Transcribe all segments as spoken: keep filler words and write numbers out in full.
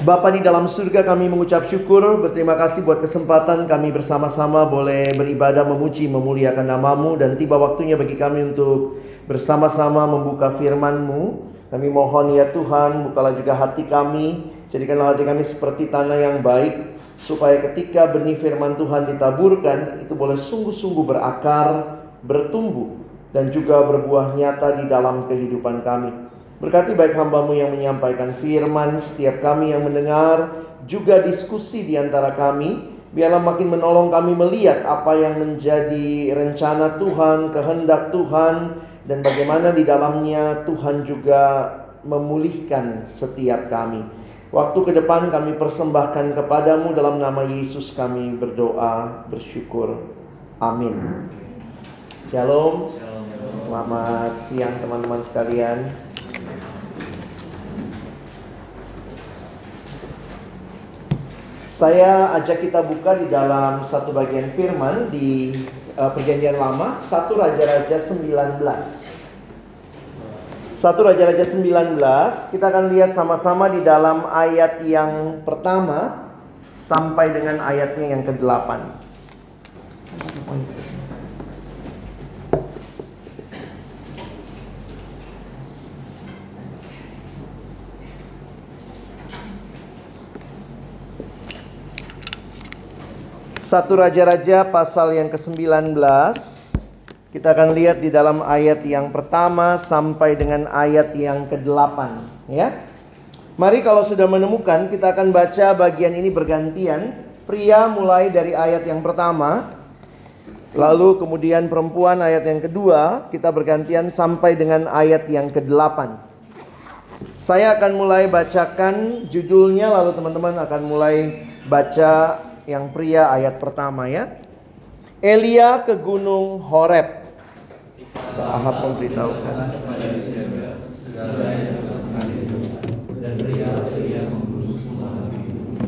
Bapa di dalam surga, kami mengucap syukur, berterima kasih buat kesempatan kami bersama-sama boleh beribadah, memuji, memuliakan nama-Mu. Dan tiba waktunya bagi kami untuk bersama-sama membuka firman-Mu. Kami mohon ya Tuhan, bukalah juga hati kami, jadikanlah hati kami seperti tanah yang baik, supaya ketika benih firman Tuhan ditaburkan, itu boleh sungguh-sungguh berakar, bertumbuh, dan juga berbuah nyata di dalam kehidupan kami. Berkati baik hamba-Mu yang menyampaikan firman, setiap kami yang mendengar, juga diskusi di antara kami. Biarlah makin menolong kami melihat apa yang menjadi rencana Tuhan, kehendak Tuhan, dan bagaimana di dalamnya Tuhan juga memulihkan setiap kami. Waktu ke depan kami persembahkan kepadamu, dalam nama Yesus kami berdoa, bersyukur. Amin. Shalom. Selamat siang teman-teman sekalian. Saya ajak kita buka di dalam satu bagian firman di uh, Perjanjian Lama, satu Raja-Raja sembilan belas. satu Raja-Raja sembilan belas, kita akan lihat sama-sama di dalam ayat yang pertama sampai dengan ayatnya yang kedelapan. Satu Raja-Raja pasal yang kesembilan belas. Kita akan lihat di dalam ayat yang pertama sampai dengan ayat yang kedelapan, ya. Mari kalau sudah menemukan, kita akan baca bagian ini bergantian. Pria mulai dari ayat yang pertama, lalu kemudian perempuan ayat yang kedua, kita bergantian sampai dengan ayat yang kedelapan. Saya akan mulai bacakan judulnya, lalu teman-teman akan mulai baca yang pria ayat pertama, ya. Elia ke gunung Horeb. Ahab memberitahukan. Dan pria Elia membunuh semua nabi.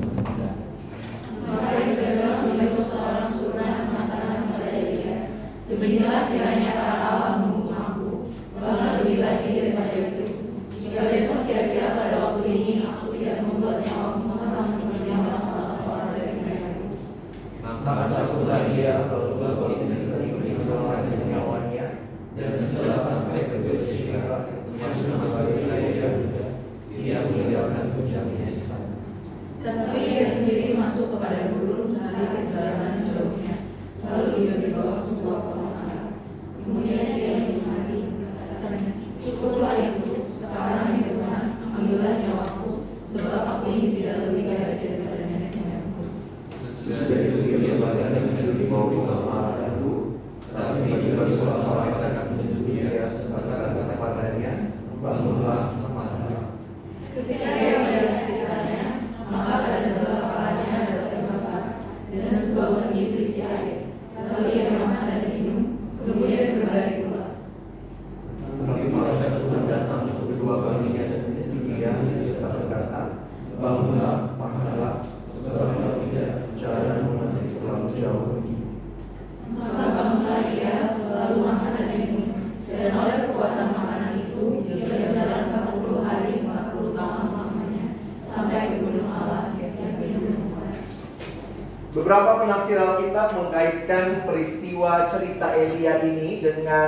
Maka Izabel menyuruh seorang surah mengatakan kepada Elia, "Beginilah kiranya para Allah menghukum aku, bahkan lebih lagi daripada itu. Jika besok kira-kira pada waktu ini aku tidak membuat nyawamu sama seperti nyawa salah seorang dari mereka." Maka takutlah dia kalau berbagi diberi pertolongan dengan nyawanya, dan setelah sampai ke Berseba yang sudah wilayah Yehuda, dia meninggalkan kujangnya di sana. Tetapi ia sendiri masuk kepada guru sehari perjalanan jauhnya, lalu dia dibawa sebuah pohon ara. Kemudian dia mati, katanya, "Cukuplah itu, sekarang ya Tuhan, ambillah nyawaku, sebab aku ini tidak lebih baik daripada nenek moyangku." Sesudah itu dia badan yang dibawa ke pohon itu, tapi tiba-tiba seorang malaikat menyentuh dia berkata kepadanya, "Bangunlah, teman-teman." Ketika ia melihat sekitarnya, maka pada sebelah kepalanya ada terbakar dan sebuah bagi berisi air. Lalu ia makan dan minum, kemudian berbaring pula. Tetapi malaikat Tuhan datang untuk kedua kalinya dan menyentuh dia serta berkata, "Bangunlah, makanlah, sebab kalau tidak, jalanmu nanti terlalu jauh lagi." Maka bangunlah ia, lalu makan dan minum, dan oleh kekuatan makanan itu dia berjalan empat puluh hari empat puluh tahun lamanya sampai ke gunung Allah yang di gunung Horeb. Beberapa penafsir Alkitab mengkaitkan peristiwa cerita Elia ini dengan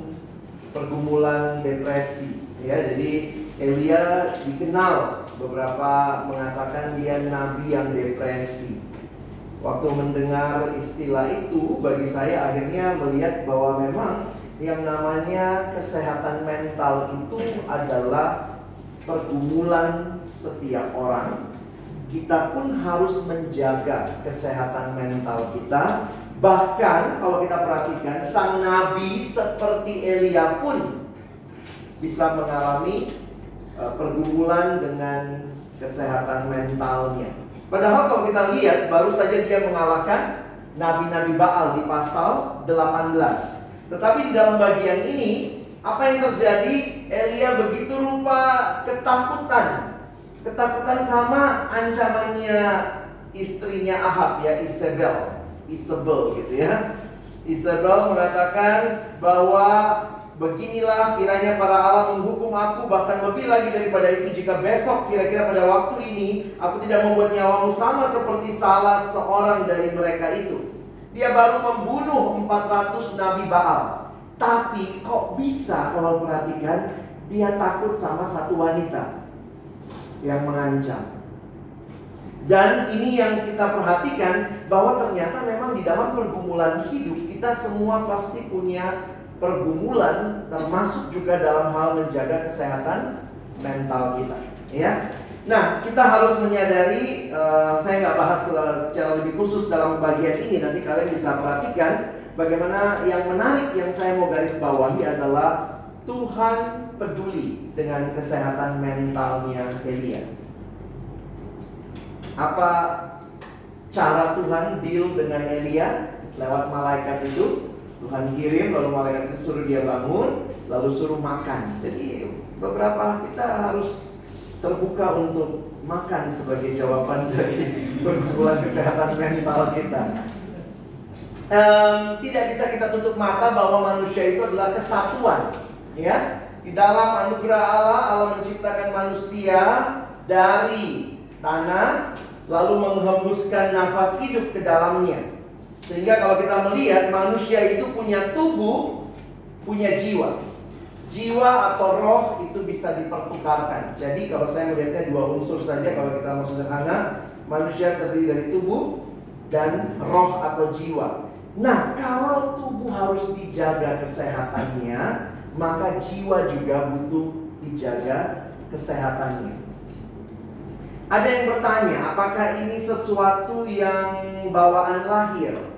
pergumulan depresi, ya. Jadi Elia dikenal, beberapa mengatakan dia nabi yang depresi. Waktu mendengar istilah itu, bagi saya akhirnya melihat bahwa memang yang namanya kesehatan mental itu adalah pergumulan setiap orang. Kita pun harus menjaga kesehatan mental kita. Bahkan kalau kita perhatikan, sang nabi seperti Elia pun bisa mengalami uh, pergumulan dengan kesehatan mentalnya. Padahal kalau kita lihat, baru saja dia mengalahkan nabi-nabi Baal di pasal delapan belas. Tetapi di dalam bagian ini, apa yang terjadi? Elia begitu rupa ketakutan. Ketakutan sama ancamannya istrinya Ahab, ya, Isabel. Isabel gitu ya. Isabel mengatakan bahwa beginilah kiranya para Allah menghukum aku, bahkan lebih lagi daripada itu, jika besok kira-kira pada waktu ini aku tidak membuat nyawamu sama seperti salah seorang dari mereka itu. Dia baru membunuh empat ratus nabi Baal, tapi kok bisa kalau perhatikan, dia takut sama satu wanita yang mengancam. Dan ini yang kita perhatikan, bahwa ternyata memang di dalam pergumulan hidup kita semua pasti punya pergumulan, termasuk juga dalam hal menjaga kesehatan mental kita, ya. Nah, kita harus menyadari, uh, saya nggak bahas secara lebih khusus dalam bagian ini, nanti kalian bisa perhatikan bagaimana. Yang menarik yang saya mau garis bawahi adalah Tuhan peduli dengan kesehatan mentalnya Elia. Apa cara Tuhan deal dengan Elia? Lewat malaikat itu. Tuhan kirim, lalu malaikat itu suruh dia bangun, lalu suruh makan. Jadi beberapa kita harus terbuka untuk makan sebagai jawaban dari pergumulan kesehatan mental kita. Um, tidak bisa kita tutup mata bahwa manusia itu adalah kesatuan, ya. Di dalam anugerah Allah, Allah menciptakan manusia dari tanah, lalu menghembuskan nafas hidup ke dalamnya. Sehingga kalau kita melihat, manusia itu punya tubuh, punya jiwa. Jiwa atau roh itu bisa dipertukarkan. Jadi kalau saya melihatnya dua unsur saja, kalau kita mau sederhana, manusia terdiri dari tubuh dan roh atau jiwa. Nah, kalau tubuh harus dijaga kesehatannya, maka jiwa juga butuh dijaga kesehatannya. Ada yang bertanya, apakah ini sesuatu yang bawaan lahir?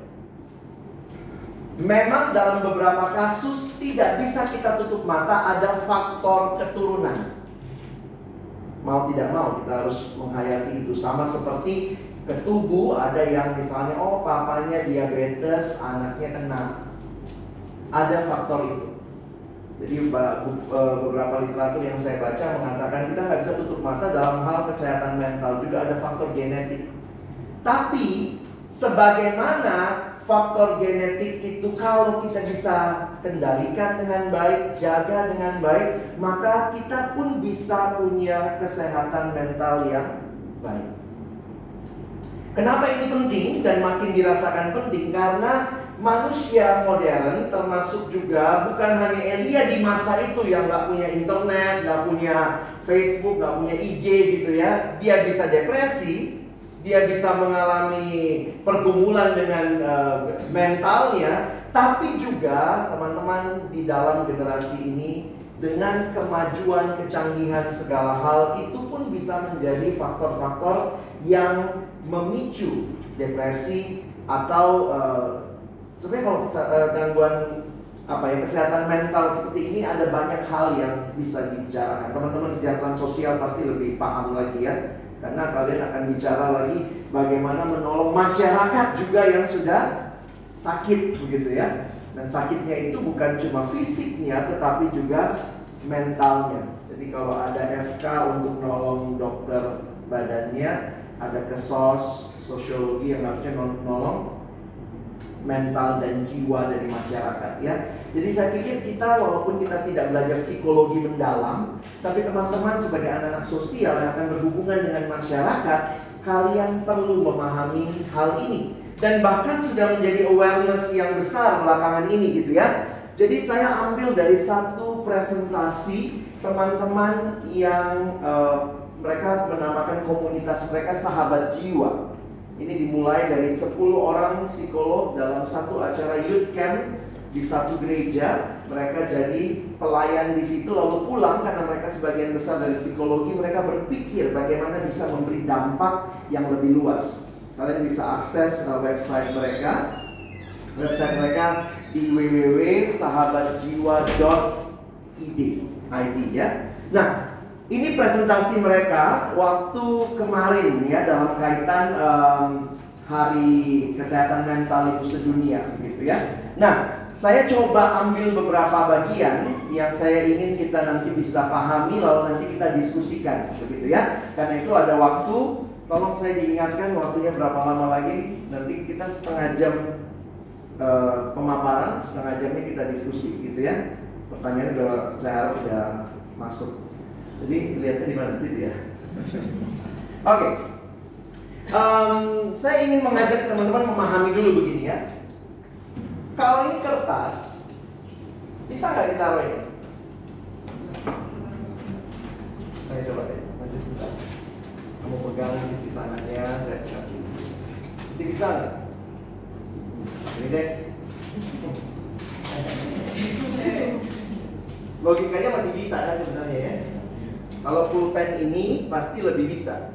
Memang dalam beberapa kasus tidak bisa kita tutup mata, ada faktor keturunan. Mau tidak mau kita harus menghayati itu. Sama seperti ke tubuh, ada yang misalnya, oh papanya diabetes, anaknya kena. Ada faktor itu. Jadi beberapa literatur yang saya baca mengatakan kita nggak bisa tutup mata dalam hal kesehatan mental, juga ada faktor genetik. Tapi sebagaimana faktor genetik itu kalau kita bisa kendalikan dengan baik, jaga dengan baik, maka kita pun bisa punya kesehatan mental yang baik. Kenapa ini penting dan makin dirasakan penting? Karena manusia modern, termasuk juga bukan hanya Elia di masa itu yang gak punya internet, gak punya Facebook, gak punya I G gitu ya. Dia bisa depresi, dia bisa mengalami pergumulan dengan uh, mentalnya. Tapi juga teman-teman di dalam generasi ini, dengan kemajuan, kecanggihan segala hal, itu pun bisa menjadi faktor-faktor yang memicu depresi atau uh, sebenarnya kalau uh, gangguan apa ya kesehatan mental seperti ini, ada banyak hal yang bisa dibicarakan. Teman-teman kesejahteraan sosial pasti lebih paham lagi ya, karena kalian akan bicara lagi bagaimana menolong masyarakat juga yang sudah sakit begitu ya. Dan sakitnya itu bukan cuma fisiknya, tetapi juga mentalnya. Jadi kalau ada F K untuk nolong dokter badannya, ada ke sos, sosiologi yang harusnya nolong mental dan jiwa dari masyarakat ya. Jadi saya pikir kita, walaupun kita tidak belajar psikologi mendalam, tapi teman-teman sebagai anak-anak sosial yang akan berhubungan dengan masyarakat, kalian perlu memahami hal ini. Dan bahkan sudah menjadi awareness yang besar belakangan ini gitu ya. Jadi saya ambil dari satu presentasi teman-teman yang uh, mereka menamakan komunitas mereka Sahabat Jiwa. Ini dimulai dari sepuluh orang psikolog dalam satu acara youth camp di satu gereja. Mereka jadi pelayan di situ lalu pulang, karena mereka sebagian besar dari psikologi. Mereka berpikir bagaimana bisa memberi dampak yang lebih luas. Kalian bisa akses uh, website mereka. Website mereka di w w w titik sahabat jiwa titik i d ya. Nah, ini presentasi mereka waktu kemarin ya, dalam kaitan um, Hari Kesehatan Mental Ibu Sedunia gitu ya. Nah, saya coba ambil beberapa bagian yang saya ingin kita nanti bisa pahami, lalu nanti kita diskusikan begitu ya. Karena itu ada waktu, tolong saya diingatkan waktunya berapa lama lagi. Nanti kita setengah jam uh, pemaparan, setengah jamnya kita diskusi gitu ya. Pertanyaan udah saya harap udah masuk. Jadi lihatnya di mana situ ya. Oke. Okay. Um, saya ingin mengajak teman-teman memahami dulu begini ya. Kalau ini kertas, bisa nggak ditaruh ini? Saya coba deh, lanjut bentar. Kamu pegang sisi sananya, saya pegang sisi. Masih bisa nggak? Ini deh. Logikanya masih bisa kan sebenarnya ya. Kalau pulpen ini pasti lebih bisa.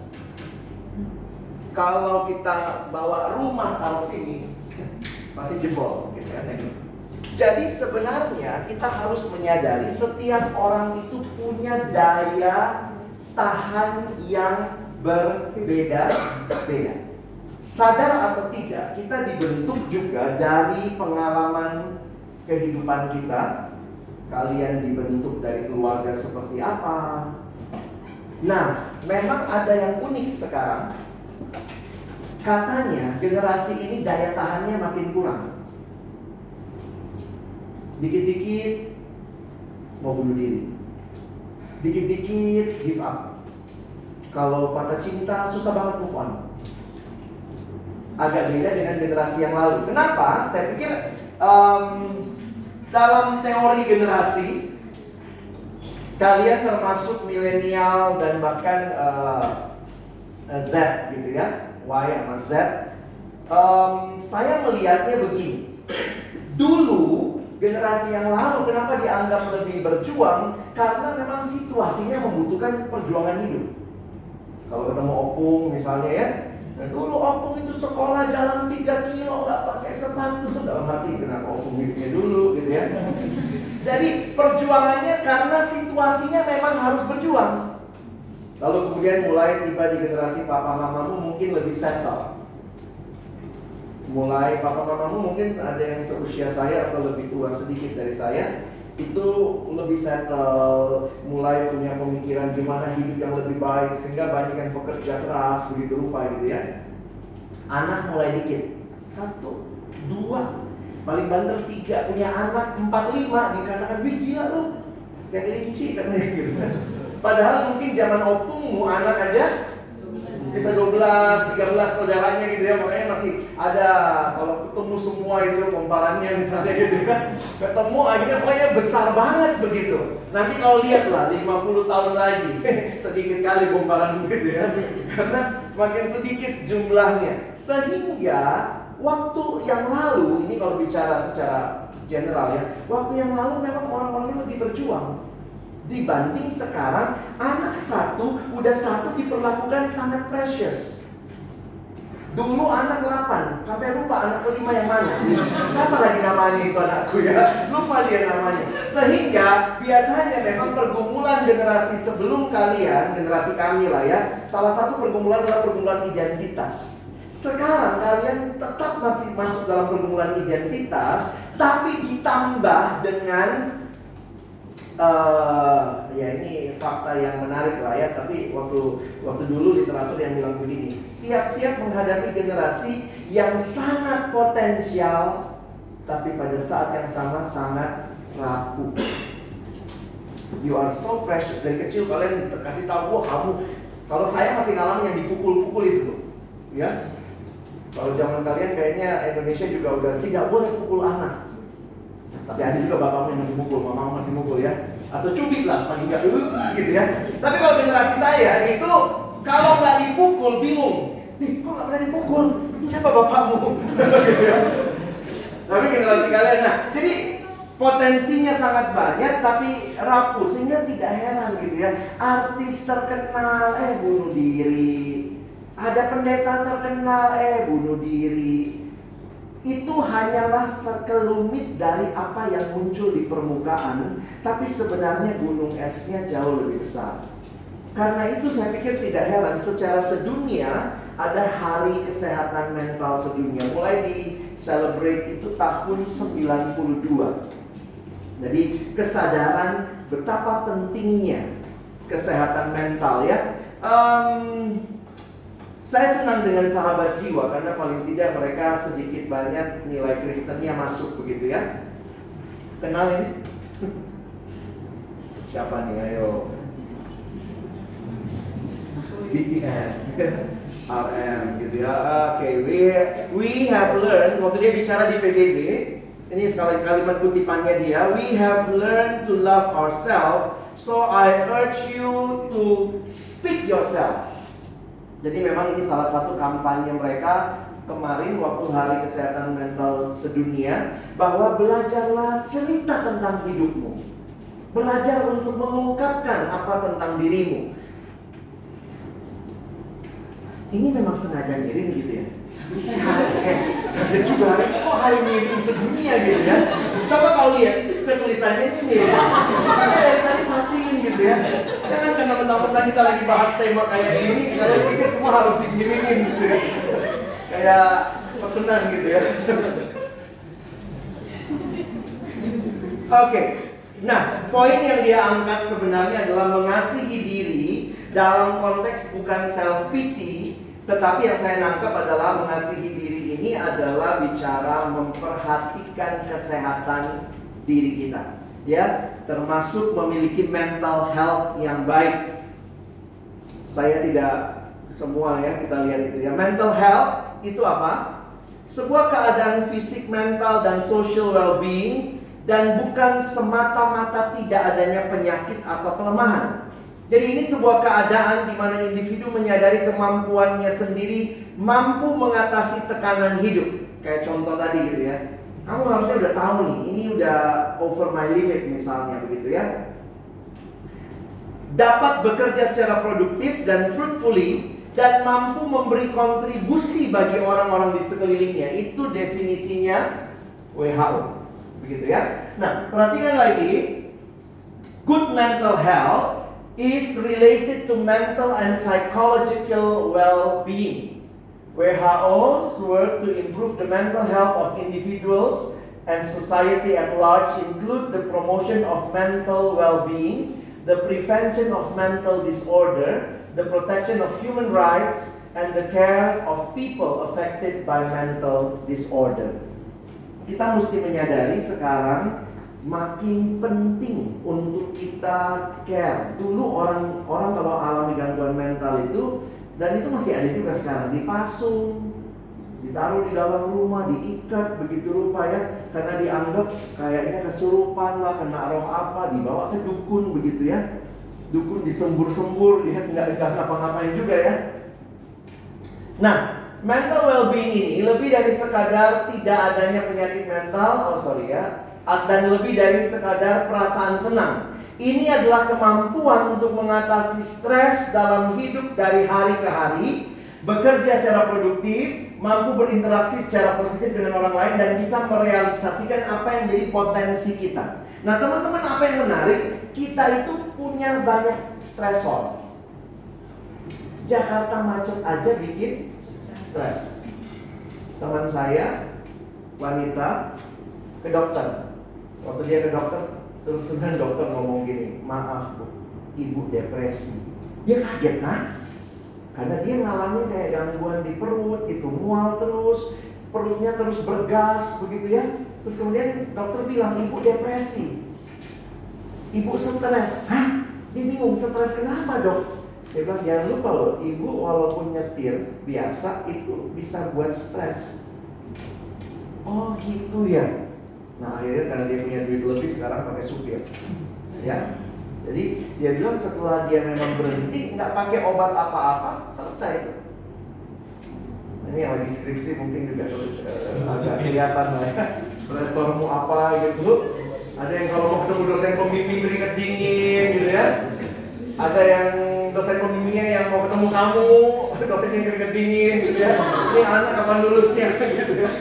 Kalau kita bawa rumah taruh sini, pasti jebol gitu ya. Jadi sebenarnya kita harus menyadari setiap orang itu punya daya tahan yang berbeda-beda. Sadar atau tidak, kita dibentuk juga dari pengalaman kehidupan kita. Kalian dibentuk dari keluarga seperti apa? Nah, memang ada yang unik sekarang. Katanya generasi ini daya tahannya makin kurang. Dikit-dikit mau bunuh diri, dikit-dikit give up. Kalau patah cinta susah banget move on. Agak beda dengan generasi yang lalu. Kenapa? Saya pikir um, dalam teori generasi, kalian termasuk milenial dan bahkan uh, Z gitu ya, Y sama Z. um, Saya melihatnya begini. Dulu generasi yang lalu kenapa dianggap lebih berjuang? Karena memang situasinya membutuhkan perjuangan hidup. Kalau ketemu opung misalnya ya, nah dulu opung itu sekolah jalan tiga kilo nggak pakai sepatu. Dalam hati kenapa opung hidupnya dulu gitu ya. Jadi perjuangannya karena situasinya memang harus berjuang. Lalu kemudian mulai tiba di generasi papa mamamu mungkin lebih settle. Mulai papa mamamu mungkin ada yang seusia saya atau lebih tua sedikit dari saya, itu lebih settle, mulai punya pemikiran gimana hidup yang lebih baik, sehingga banyak yang bekerja keras begitu rupa gitu ya. Anak mulai dikit, satu, dua, paling banter tiga, punya anak empat lima, dikatakan wih gila lu, kayak kelinci katanya gitu. Padahal mungkin zaman opungmu anak aja bisa dua belas, tiga belas saudaranya gitu ya. Makanya masih ada, kalau ketemu semua itu komparannya misalnya gitu ya. Ketemu akhirnya pokoknya besar banget begitu. Nanti kalau lihat lah lima puluh tahun lagi sedikit kali komparan gitu ya. Karena makin sedikit jumlahnya. Sehingga waktu yang lalu, ini kalau bicara secara general ya, waktu yang lalu memang orang-orangnya lebih berjuang. Dibanding sekarang, anak satu, udah satu diperlakukan sangat precious. Dulu anak delapan, sampai lupa anak kelima yang mana. Siapa lagi namanya itu anakku ya? Lupa dia namanya. Sehingga biasanya memang pergumulan generasi sebelum kalian, generasi kami lah ya, salah satu pergumulan adalah pergumulan identitas. Sekarang kalian tetap masih masuk dalam pergumulan identitas, tapi ditambah dengan Uh, ya ini fakta yang menarik lah ya. Tapi waktu waktu dulu literatur yang bilang begini, siap-siap menghadapi generasi yang sangat potensial, tapi pada saat yang sama sangat rapuh. You are so precious. Dari kecil kalian dikasih tahu, wah kamu. Kalau saya masih ngalamin yang dipukul-pukul itu tuh, ya. Kalau zaman kalian kayaknya Indonesia juga udah tidak boleh pukul anak. Tapi ada juga bapakmu yang masih mukul, mamamu masih mukul ya. Atau cubit lah, paling nggak dulu gitu ya. Tapi kalau generasi saya itu, kalau nggak dipukul bingung. Nih, kok nggak pernah dipukul? Siapa bapakmu? Gitu ya. Tapi generasi kalian, nah, jadi potensinya sangat banyak, tapi rapuh. Sehingga tidak heran gitu ya. Artis terkenal, eh bunuh diri. Ada pendeta terkenal, eh bunuh diri. Itu hanyalah sekelumit dari apa yang muncul di permukaan, tapi sebenarnya gunung esnya jauh lebih besar. Karena itu saya pikir tidak heran secara sedunia ada hari kesehatan mental sedunia. Mulai di celebrate itu tahun sembilan puluh dua. Jadi kesadaran betapa pentingnya kesehatan mental ya. Um, Saya senang dengan sahabat jiwa karena paling tidak mereka sedikit banyak nilai Kristennya masuk begitu ya. Kenal ini? Siapa nih? Ayo. B T S, R M gitu ya. Oke, okay. we we have learned. Waktu dia bicara di P B B, ini sekali kalimat kutipannya dia. We have learned to love ourselves, so I urge you to speak yourself. Jadi memang ini salah satu kampanye mereka kemarin waktu Hari Kesehatan Mental Sedunia, bahwa belajarlah cerita tentang hidupmu. Belajar untuk mengungkapkan apa tentang dirimu. Ini memang sengaja ngirim gitu ya. Ada juga hari ini kok hari ngirim sedunia gitu ya. Coba kau lihat, itu juga tulisannya ini ya. Kita dari tadi matiin gitu ya. Jangan karena mentang-mentang kita lagi bahas tema kayak gini, kalian pikir semua harus dikirimin gitu ya. Kayak pesenan gitu ya. Oke. Okay. Nah, poin yang dia angkat sebenarnya adalah mengasihi diri dalam konteks bukan self pity, tetapi yang saya nangkap adalah mengasihi diri ini adalah bicara memperhatikan kesehatan diri kita, ya, termasuk memiliki mental health yang baik. Saya tidak semua ya, kita lihat itu ya. Mental health itu apa? Sebuah keadaan fisik, mental, dan social well-being, dan bukan semata-mata tidak adanya penyakit atau kelemahan. Jadi ini sebuah keadaan di mana individu menyadari kemampuannya sendiri, mampu mengatasi tekanan hidup. Kayak contoh tadi gitu ya. Kamu harusnya udah tahu nih, ini udah over my limit misalnya begitu ya. Dapat bekerja secara produktif dan fruitfully, dan mampu memberi kontribusi bagi orang-orang di sekelilingnya. Itu definisinya W H O. Begitu ya. Nah, perhatikan lagi. Good mental health is related to mental and psychological well-being. W H O's work to improve the mental health of individuals and society at large include the promotion of mental well-being, the prevention of mental disorder, the protection of human rights, and the care of people affected by mental disorder. Kita mesti menyadari sekarang makin penting untuk kita care. Dulu orang orang kalau alami gangguan mental itu, dan itu masih ada juga sekarang, dipasung, ditaruh di dalam rumah, diikat begitu rupa ya, karena dianggap kayaknya kesurupan lah, kena roh apa, dibawa ke dukun begitu ya. Dukun disembur-sembur, dia nggak ngapa-ngapain juga ya. Nah, mental well-being ini lebih dari sekadar tidak adanya penyakit mental, oh sorry ya, dan lebih dari sekadar perasaan senang. Ini adalah kemampuan untuk mengatasi stres dalam hidup dari hari ke hari, bekerja secara produktif, mampu berinteraksi secara positif dengan orang lain, dan bisa merealisasikan apa yang jadi potensi kita. Nah teman-teman, apa yang menarik, kita itu punya banyak stresor. Jakarta macet aja bikin stres. Teman saya wanita ke dokter. Waktu dia ke dokter, terus kemudian dokter ngomong gini, maaf bu, ibu depresi. Dia kaget kan? Karena dia ngalamin kayak gangguan di perut, itu mual terus, perutnya terus bergas begitu ya. Terus kemudian dokter bilang ibu depresi, ibu stres. Hah? Dia bingung, stres kenapa dok? Dia bilang, jangan lupa loh, ibu walaupun nyetir biasa itu bisa buat stres. Oh gitu ya. Nah akhirnya karena dia punya duit lebih, sekarang pakai supir. Ya. Jadi dia bilang setelah dia memang berhenti, nggak pakai obat apa-apa, selesai. Ini yang lagi skripsi mungkin juga uh, agak kelihatan lah ya. Stresormu apa gitu. Ada yang kalau mau ketemu dosen pembimbing keringet dingin gitu ya. Ada yang dosen pembimbingnya yang mau ketemu kamu, dosen yang keringet dingin gitu ya. Ini anak kapan lulusnya gitu ya.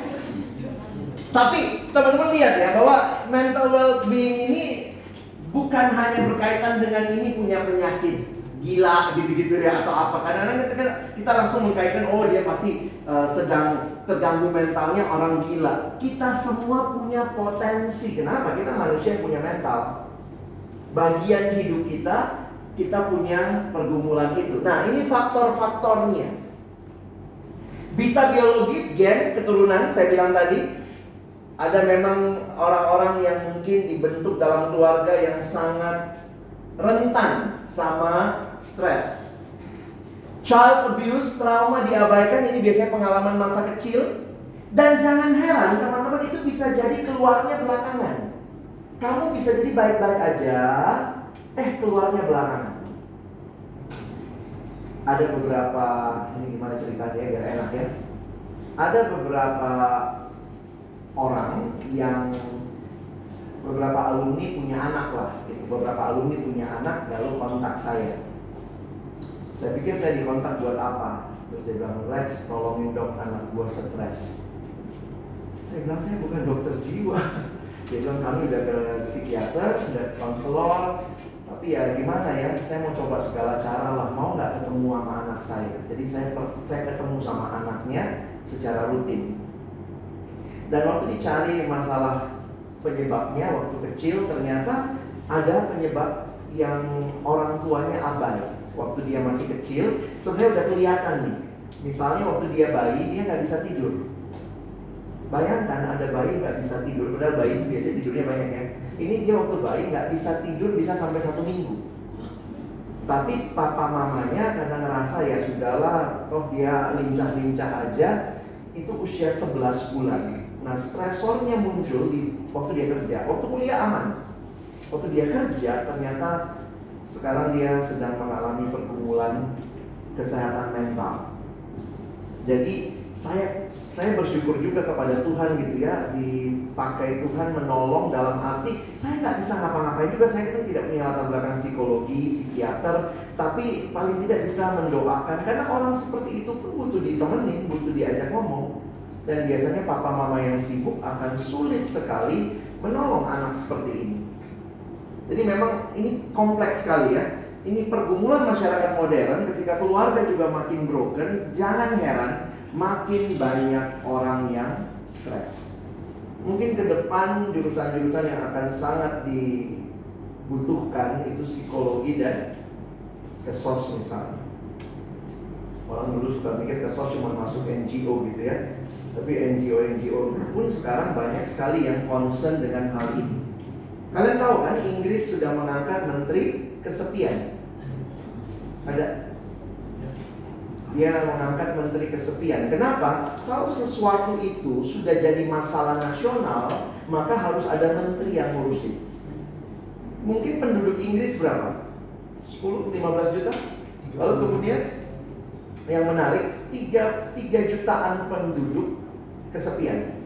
Tapi teman-teman lihat ya, bahwa mental well-being ini bukan hanya berkaitan dengan ini punya penyakit gila gitu-gitu ya atau apa. Kadang-kadang kita, kita langsung mengkaitkan, oh dia pasti uh, sedang terganggu mentalnya, orang gila. Kita semua punya potensi. Kenapa? Kita manusia yang punya mental. Bagian hidup kita, kita punya pergumulan itu. Nah ini faktor-faktornya. Bisa biologis, gen, keturunan, saya bilang tadi. Ada memang orang-orang yang mungkin dibentuk dalam keluarga yang sangat rentan sama stres. Child abuse, trauma diabaikan, ini biasanya pengalaman masa kecil. Dan jangan heran teman-teman, itu bisa jadi keluarnya belakangan. Kamu bisa jadi baik-baik aja, eh keluarnya belakangan. Ada beberapa, ini gimana ceritanya biar enak ya. Ada beberapa orang yang beberapa alumni punya anak lah gitu. Beberapa alumni punya anak lalu kontak saya. Saya pikir saya dikontak buat apa? Terus dia bilang, Lex, tolongin dong anak gua stres. Saya bilang, saya bukan dokter jiwa. Dia bilang, kami udah ke psikiater, sudah ke konselor, tapi ya gimana ya, saya mau coba segala cara lah. Mau nggak ketemu sama anak saya? Jadi saya saya ketemu sama anaknya secara rutin. Dan waktu dicari masalah penyebabnya waktu kecil, ternyata ada penyebab yang orang tuanya abai. Waktu dia masih kecil, sebenarnya udah kelihatan nih. Misalnya waktu dia bayi, dia nggak bisa tidur. Bayangkan ada bayi nggak bisa tidur, padahal bayi itu biasanya tidurnya banyak ya. Ini dia waktu bayi nggak bisa tidur bisa sampai satu minggu. Tapi papa mamanya karena ngerasa ya sudahlah, toh dia lincah-lincah aja, itu usia sebelas bulan. Nah, stresornya muncul di waktu dia kerja. Waktu kuliah aman. Waktu dia kerja ternyata sekarang dia sedang mengalami pergumulan kesehatan mental. Jadi saya saya bersyukur juga kepada Tuhan gitu ya, dipakai Tuhan menolong dalam arti saya nggak bisa ngapa-ngapain juga, saya kan tidak punya latar belakang psikologi, psikiater, tapi paling tidak bisa mendoakan karena orang seperti itu pun butuh ditemenin, butuh diajak ngomong. Dan biasanya papa mama yang sibuk akan sulit sekali menolong anak seperti ini. Jadi memang ini kompleks sekali ya. Ini pergumulan masyarakat modern ketika keluarga juga makin broken. Jangan heran makin banyak orang yang stres. Mungkin ke depan jurusan-jurusan yang akan sangat dibutuhkan itu psikologi dan kesos misalnya. Orang dulu suka mikir kesos cuma masuk N G O gitu ya. Tapi N G O-N G O pun sekarang banyak sekali yang concern dengan hal ini. Kalian tahu kan Inggris sudah mengangkat menteri kesepian. Ada. Dia mengangkat menteri kesepian. Kenapa? Kalau sesuatu itu sudah jadi masalah nasional, maka harus ada menteri yang ngurusin. Mungkin penduduk Inggris berapa? sepuluh, lima belas juta? Lalu kemudian yang menarik, tiga jutaan penduduk kesepian.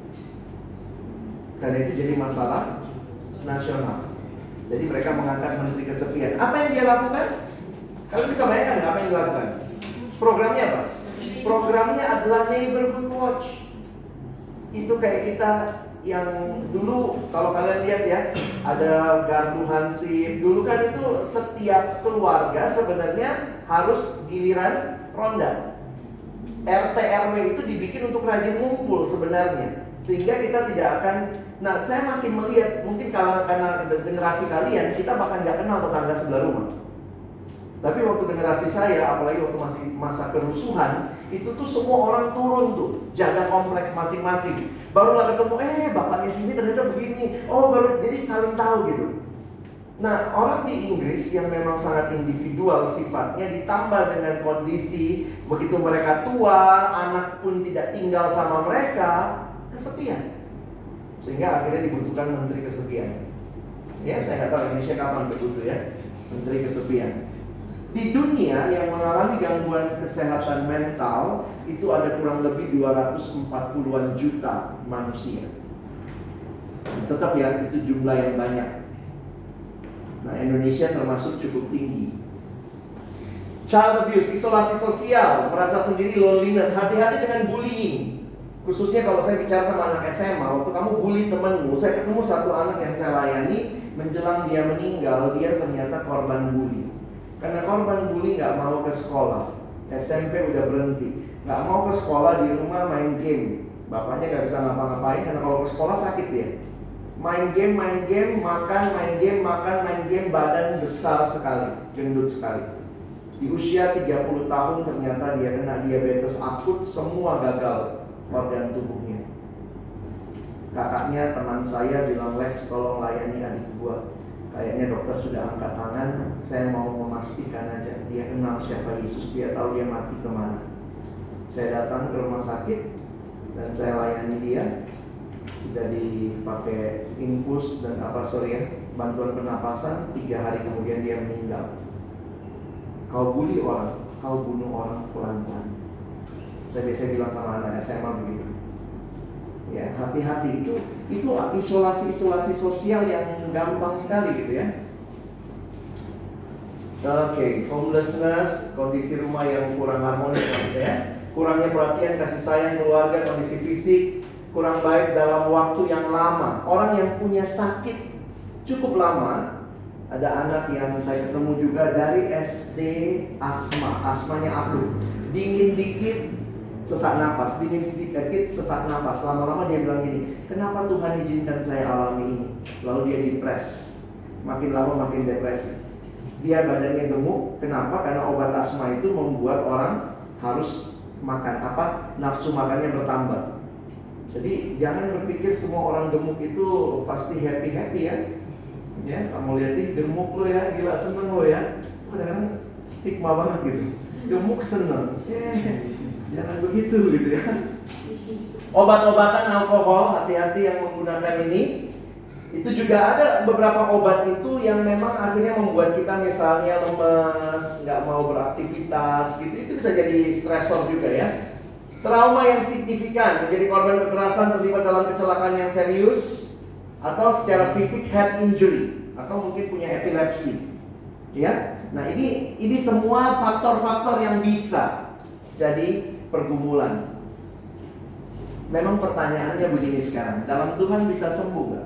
Karena itu jadi masalah nasional. Jadi mereka mengangkat menteri kesepian. Apa yang dia lakukan? Kalian bisa bayangkan apa yang dilakukan? Programnya apa? Programnya adalah Neighborhood Watch. Itu kayak kita yang dulu, kalau kalian lihat ya, ada gardu hansip. Dulu kan itu setiap keluarga sebenarnya harus giliran ronda. R T R W itu dibikin untuk rajin ngumpul sebenarnya, sehingga kita tidak akan. Nah, saya makin melihat, mungkin kalau karena generasi kalian, kita bahkan nggak kenal tetangga sebelah rumah. Tapi waktu generasi saya, apalagi waktu masih masa kerusuhan, itu tuh semua orang turun tuh, jaga kompleks masing-masing. Barulah ketemu, eh bapaknya sini ternyata begini. Oh baru, jadi saling tahu gitu. Nah, orang di Inggris yang memang sangat individual sifatnya, ditambah dengan kondisi begitu mereka tua, anak pun tidak tinggal sama mereka, kesepian. Sehingga akhirnya dibutuhkan menteri kesepian. Ya, saya nggak tahu Indonesia kapan begitu ya, menteri kesepian. Di dunia yang mengalami gangguan kesehatan mental itu ada kurang lebih dua ratus empat puluhan juta manusia. Tetap ya, itu jumlah yang banyak. Nah, Indonesia termasuk cukup tinggi. Child abuse, isolasi sosial, merasa sendiri, loneliness. Hati-hati dengan bullying. Khususnya kalau saya bicara sama anak S M A, waktu kamu bully temenmu. Saya ketemu satu anak yang saya layani, menjelang dia meninggal, dia ternyata korban bully. Karena korban bully nggak mau ke sekolah, S M P udah berhenti, nggak mau ke sekolah, di rumah main game. Bapaknya nggak bisa ngapa-ngapain karena kalau ke sekolah sakit dia. Main game, main game, makan, main game, makan, main game, badan besar sekali, gendut sekali. Di usia tiga puluh tahun ternyata dia kena diabetes akut, semua gagal organ tubuhnya. Kakaknya, teman saya bilang, Lex, tolong layani adik gua Kayaknya dokter sudah angkat tangan, saya mau memastikan aja dia kenal siapa Yesus, dia tahu dia mati kemana. Saya datang ke rumah sakit dan saya layani dia. Sudah dipakai infus dan apa sorry ya, bantuan pernapasan. Tiga hari kemudian dia meninggal. Kau bully orang, kau bunuh orang pelan-pelan. Saya biasa bilang sama anak S M A begitu. Ya, hati-hati, itu itu isolasi-isolasi sosial yang gampang sekali gitu ya. Oke, okay, homelessness, kondisi rumah yang kurang harmonis gitu ya. Kurangnya perhatian, kasih sayang keluarga, kondisi fisik kurang baik dalam waktu yang lama. Orang yang punya sakit cukup lama, ada anak yang saya ketemu juga dari S D asma, asmanya akut, dingin dikit sesak napas, dingin sedikit sesak napas. Lama-lama dia bilang gini, kenapa Tuhan izinkan saya alami ini? Lalu dia depres, makin lama makin depresi. Dia badannya gemuk, kenapa? Karena obat asma itu membuat orang harus makan apa? Nafsu makannya bertambah. Jadi jangan berpikir semua orang gemuk itu pasti happy-happy ya. Ya, kamu lihat nih gemuk lo ya, gila seneng lo ya. Kadang-kadang stigma banget gitu. Gemuk seneng. Eh, jangan begitu gitu ya. Obat-obatan alkohol, hati-hati yang menggunakan ini. Itu juga ada beberapa obat itu yang memang akhirnya membuat kita misalnya lemes, nggak mau beraktivitas gitu. Itu bisa jadi stresor juga ya. Trauma yang signifikan, menjadi korban kekerasan, terlibat dalam kecelakaan yang serius, atau secara fisik head injury, atau mungkin punya epilepsi. Ya, nah ini ini semua faktor-faktor yang bisa jadi pergumulan. Memang pertanyaannya begini sekarang, dalam Tuhan bisa sembuh nggak?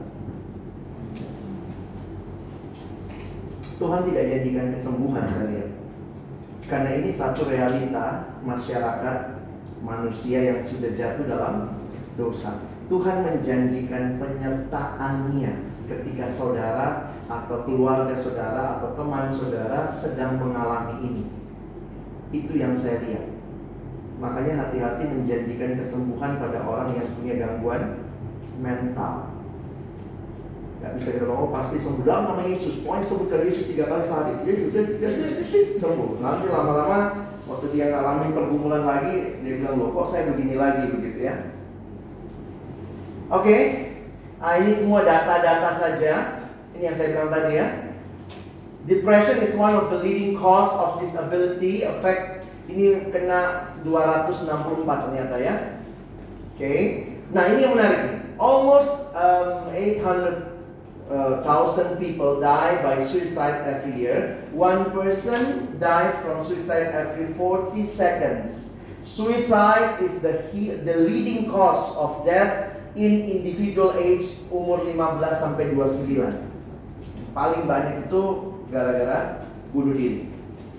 Tuhan tidak janjikan kesembuhan kalian. Karena ini satu realita masyarakat manusia yang sudah jatuh dalam dosa. Tuhan menjanjikan penyertaannya ketika saudara atau keluarga saudara atau teman saudara sedang mengalami ini. Itu yang saya lihat. Makanya hati-hati menjanjikan kesembuhan pada orang yang punya gangguan mental. Gak bisa kita bilang, oh pasti sembuh dalam nama Yesus. Pokoknya sebutkan Yesus tiga kali sehari, Yesus, Yesus, Yesus, sembuh. Nanti lama-lama waktu dia ngalamin pergumulan lagi, dia bilang, loh kok saya begini lagi, begitu ya. Oke, okay. Nah, ini semua data-data saja. Ini yang saya bilang tadi ya. Depression is one of the leading cause of disability effect. Ini kena dua ratus enam puluh empat ternyata ya. Oke, okay. Nah ini yang menarik nih. Almost um, eight hundred thousand people die by suicide every year. One person dies from suicide every forty seconds. Suicide is the the leading cause of death in individual age umur lima belas sampai dua puluh sembilan. Paling banyak itu gara-gara bunuh diri.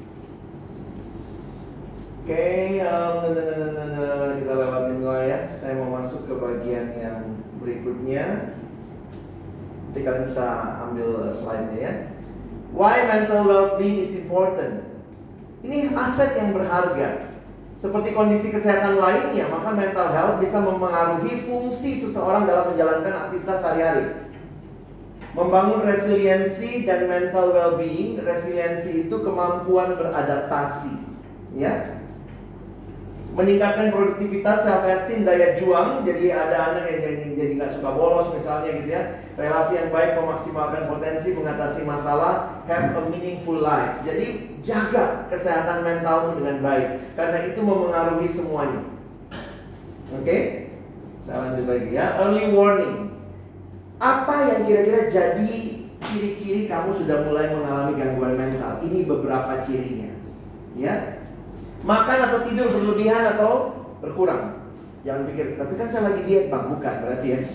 Oke, okay, um, kita lewatin dulu ya. Saya mau masuk ke bagian yang berikutnya. Nanti kalian bisa ambil slide-nya ya. Why mental well-being is important? Ini aset yang berharga. Seperti kondisi kesehatan lainnya, maka mental health bisa memengaruhi fungsi seseorang dalam menjalankan aktivitas sehari-hari. Membangun resiliensi dan mental well-being. Resiliensi itu kemampuan beradaptasi, ya. Meningkatkan produktivitas, self-esteem, daya juang. Jadi ada anak yang jadi, jadi gak suka bolos misalnya gitu ya. Relasi yang baik, memaksimalkan potensi, mengatasi masalah, have a meaningful life. Jadi jaga kesehatan mentalmu dengan baik, karena itu memengaruhi semuanya. Oke, okay? Saya lanjut lagi ya. Early warning. Apa yang kira-kira jadi ciri-ciri kamu sudah mulai mengalami gangguan mental? Ini beberapa cirinya, ya. Makan atau tidur berlebihan atau berkurang. Jangan pikir, tapi kan saya lagi diet bang, bukan berarti ya.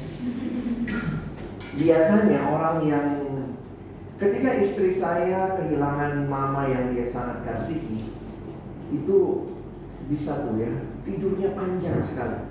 Biasanya orang yang ketika istri saya kehilangan mama yang dia sangat kasihi, itu bisa tuh ya, tidurnya panjang sekali.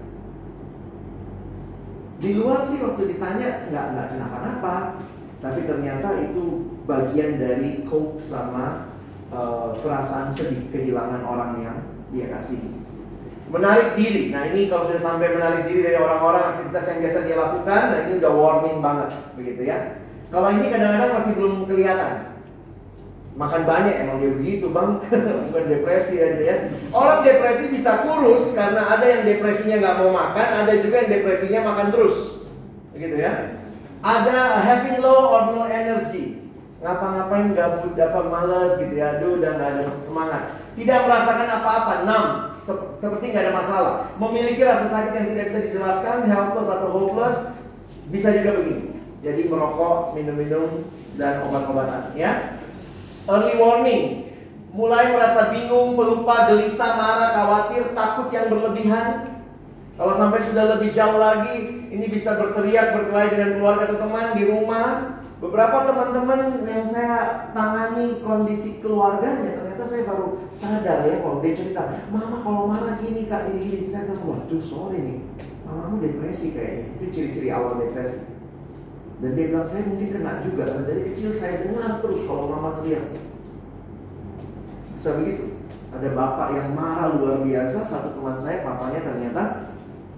Di luar sih waktu ditanya nggak nggak kenapa-napa, tapi ternyata itu bagian dari cope sama Uh, perasaan sedih kehilangan orang yang dia kasihi. Menarik diri. Nah ini kalau sudah sampai menarik diri dari orang-orang, aktivitas yang biasa dia lakukan, nah ini udah warning banget, begitu ya. Kalau ini kadang-kadang masih belum kelihatan. Makan banyak emang dia begitu bang. Bukan depresi aja ya. Orang depresi bisa kurus karena ada yang depresinya nggak mau makan, ada juga yang depresinya makan terus, begitu ya. Ada having low or no energy, ngapa-ngapain gabut, dapat malas gitu ya, aduh udah nggak ada semangat, tidak merasakan apa-apa, numb, se- seperti nggak ada masalah, memiliki rasa sakit yang tidak bisa dijelaskan, helpless atau hopeless, bisa juga begini. Jadi merokok, minum-minum dan obat-obatan ya. Early warning, mulai merasa bingung, pelupa, gelisah, marah, khawatir, takut yang berlebihan. Kalau sampai sudah lebih jauh lagi, ini bisa berteriak, berkelahi dengan keluarga atau teman di rumah. Beberapa teman-teman yang saya tangani kondisi keluarganya, ternyata saya baru sadar ya, kalau dia cerita, mama kalau marah gini kak, ini gini. Saya bilang, waduh sorry nih, mamamu depresi kayaknya. Itu ciri-ciri awal depresi. Dan dia bilang, saya mungkin kena juga, karena dari kecil saya dengar terus kalau mama teriak. Bisa begitu. Ada bapak yang marah luar biasa. Satu teman saya, papanya ternyata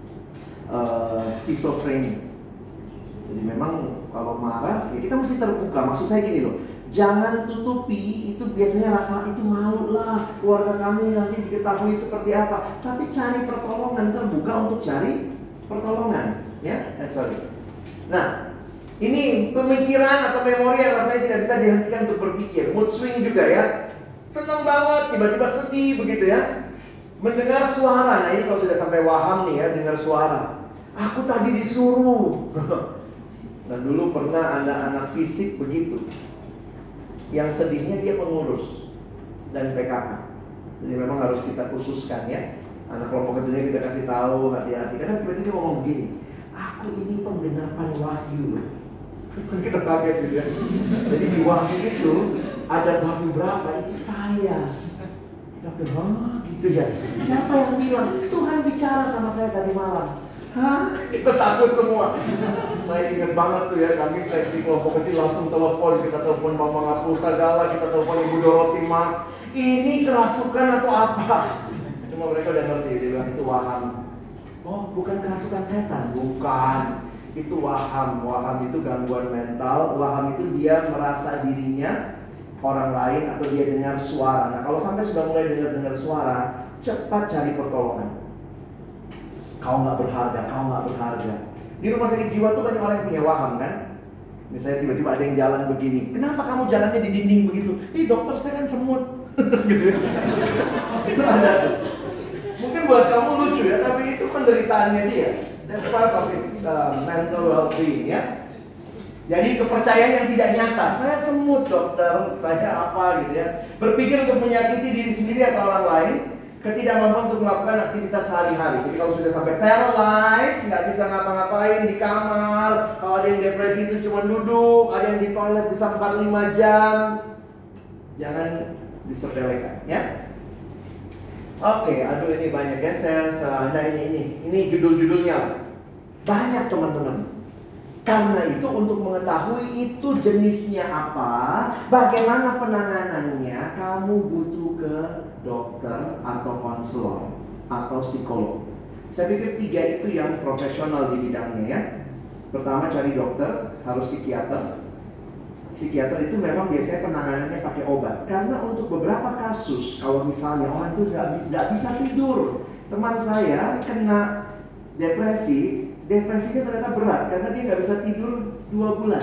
uh, schizophrenia. Jadi memang kalau marah, ya kita mesti terbuka. Maksud saya gini loh, jangan tutupi, itu biasanya rasa itu malu lah, keluarga kami nanti diketahui seperti apa. Tapi cari pertolongan, terbuka untuk cari pertolongan. Ya, eh, sorry. Nah, ini pemikiran atau memori yang rasanya tidak bisa dihentikan untuk berpikir. Mood swing juga ya. Senang banget, tiba-tiba sedih begitu ya. Mendengar suara, nah ini kalau sudah sampai waham nih ya, dengar suara. Aku tadi disuruh. Dan dulu pernah ada anak fisik begitu. Yang sedihnya dia pengurus dan P K K. Jadi memang harus kita khususkan ya. Anak kelompok kecilnya kita kasih tahu, hati-hati. Kadang tiba-tiba ngomong begini, aku ini penggenapan wahyu. Kita kaget gitu ya. Jadi di wahyu itu ada wahyu berapa, itu saya. Kita tuh, oh gitu ya. Siapa yang bilang? Tuhan bicara sama saya tadi malam. Hah? Kita takut semua. Saya ingat banget tuh ya, kami seksi kelompok kecil langsung telepon. Kita telepon Mama Ngapusa Gala, kita telepon Ibu Doroti Mas. Ini kerasukan atau apa? Cuma mereka udah ngerti, dia bilang itu waham. Oh bukan kerasukan setan, bukan. Itu waham. Waham itu gangguan mental. Waham itu dia merasa dirinya orang lain atau dia dengar suara. Nah kalau sampai sudah mulai dengar-dengar suara, cepat cari pertolongan. Kau nggak berharga, kau nggak berharga. Di rumah sakit jiwa tuh banyak orang yang punya waham kan. Misalnya tiba-tiba ada yang jalan begini, kenapa kamu jalannya di dinding begitu? Ih dokter saya kan semut. Gitu ya. Itu ada. Mungkin buat kamu lucu ya, tapi itu penderitaannya dia. That's part of his uh, mental well-being ya. Jadi kepercayaan yang tidak nyata. Saya semut dokter, saya apa gitu ya. Berpikir untuk menyakiti diri sendiri atau orang lain. Ketidakmampuan untuk melakukan aktivitas sehari-hari. Jadi kalau sudah sampai paralyzed, nggak bisa ngapa-ngapain di kamar. Kalau ada yang depresi itu cuma duduk, ada yang di toilet bisa empat lima jam. Jangan disepelekan ya. Oke, aduh ini banyak ya. Saya, nah ini ini ini judul-judulnya banyak teman-teman. Karena itu untuk mengetahui itu jenisnya apa, bagaimana penanganannya, kamu butuh ke dokter atau konselor atau psikolog. Saya pikir tiga itu yang profesional di bidangnya ya. Pertama cari dokter, harus psikiater. Psikiater itu memang biasanya penanganannya pakai obat. Karena untuk beberapa kasus, kalau misalnya orang itu nggak bisa tidur, teman saya kena depresi. Depresinya ternyata berat karena dia nggak bisa tidur dua bulan,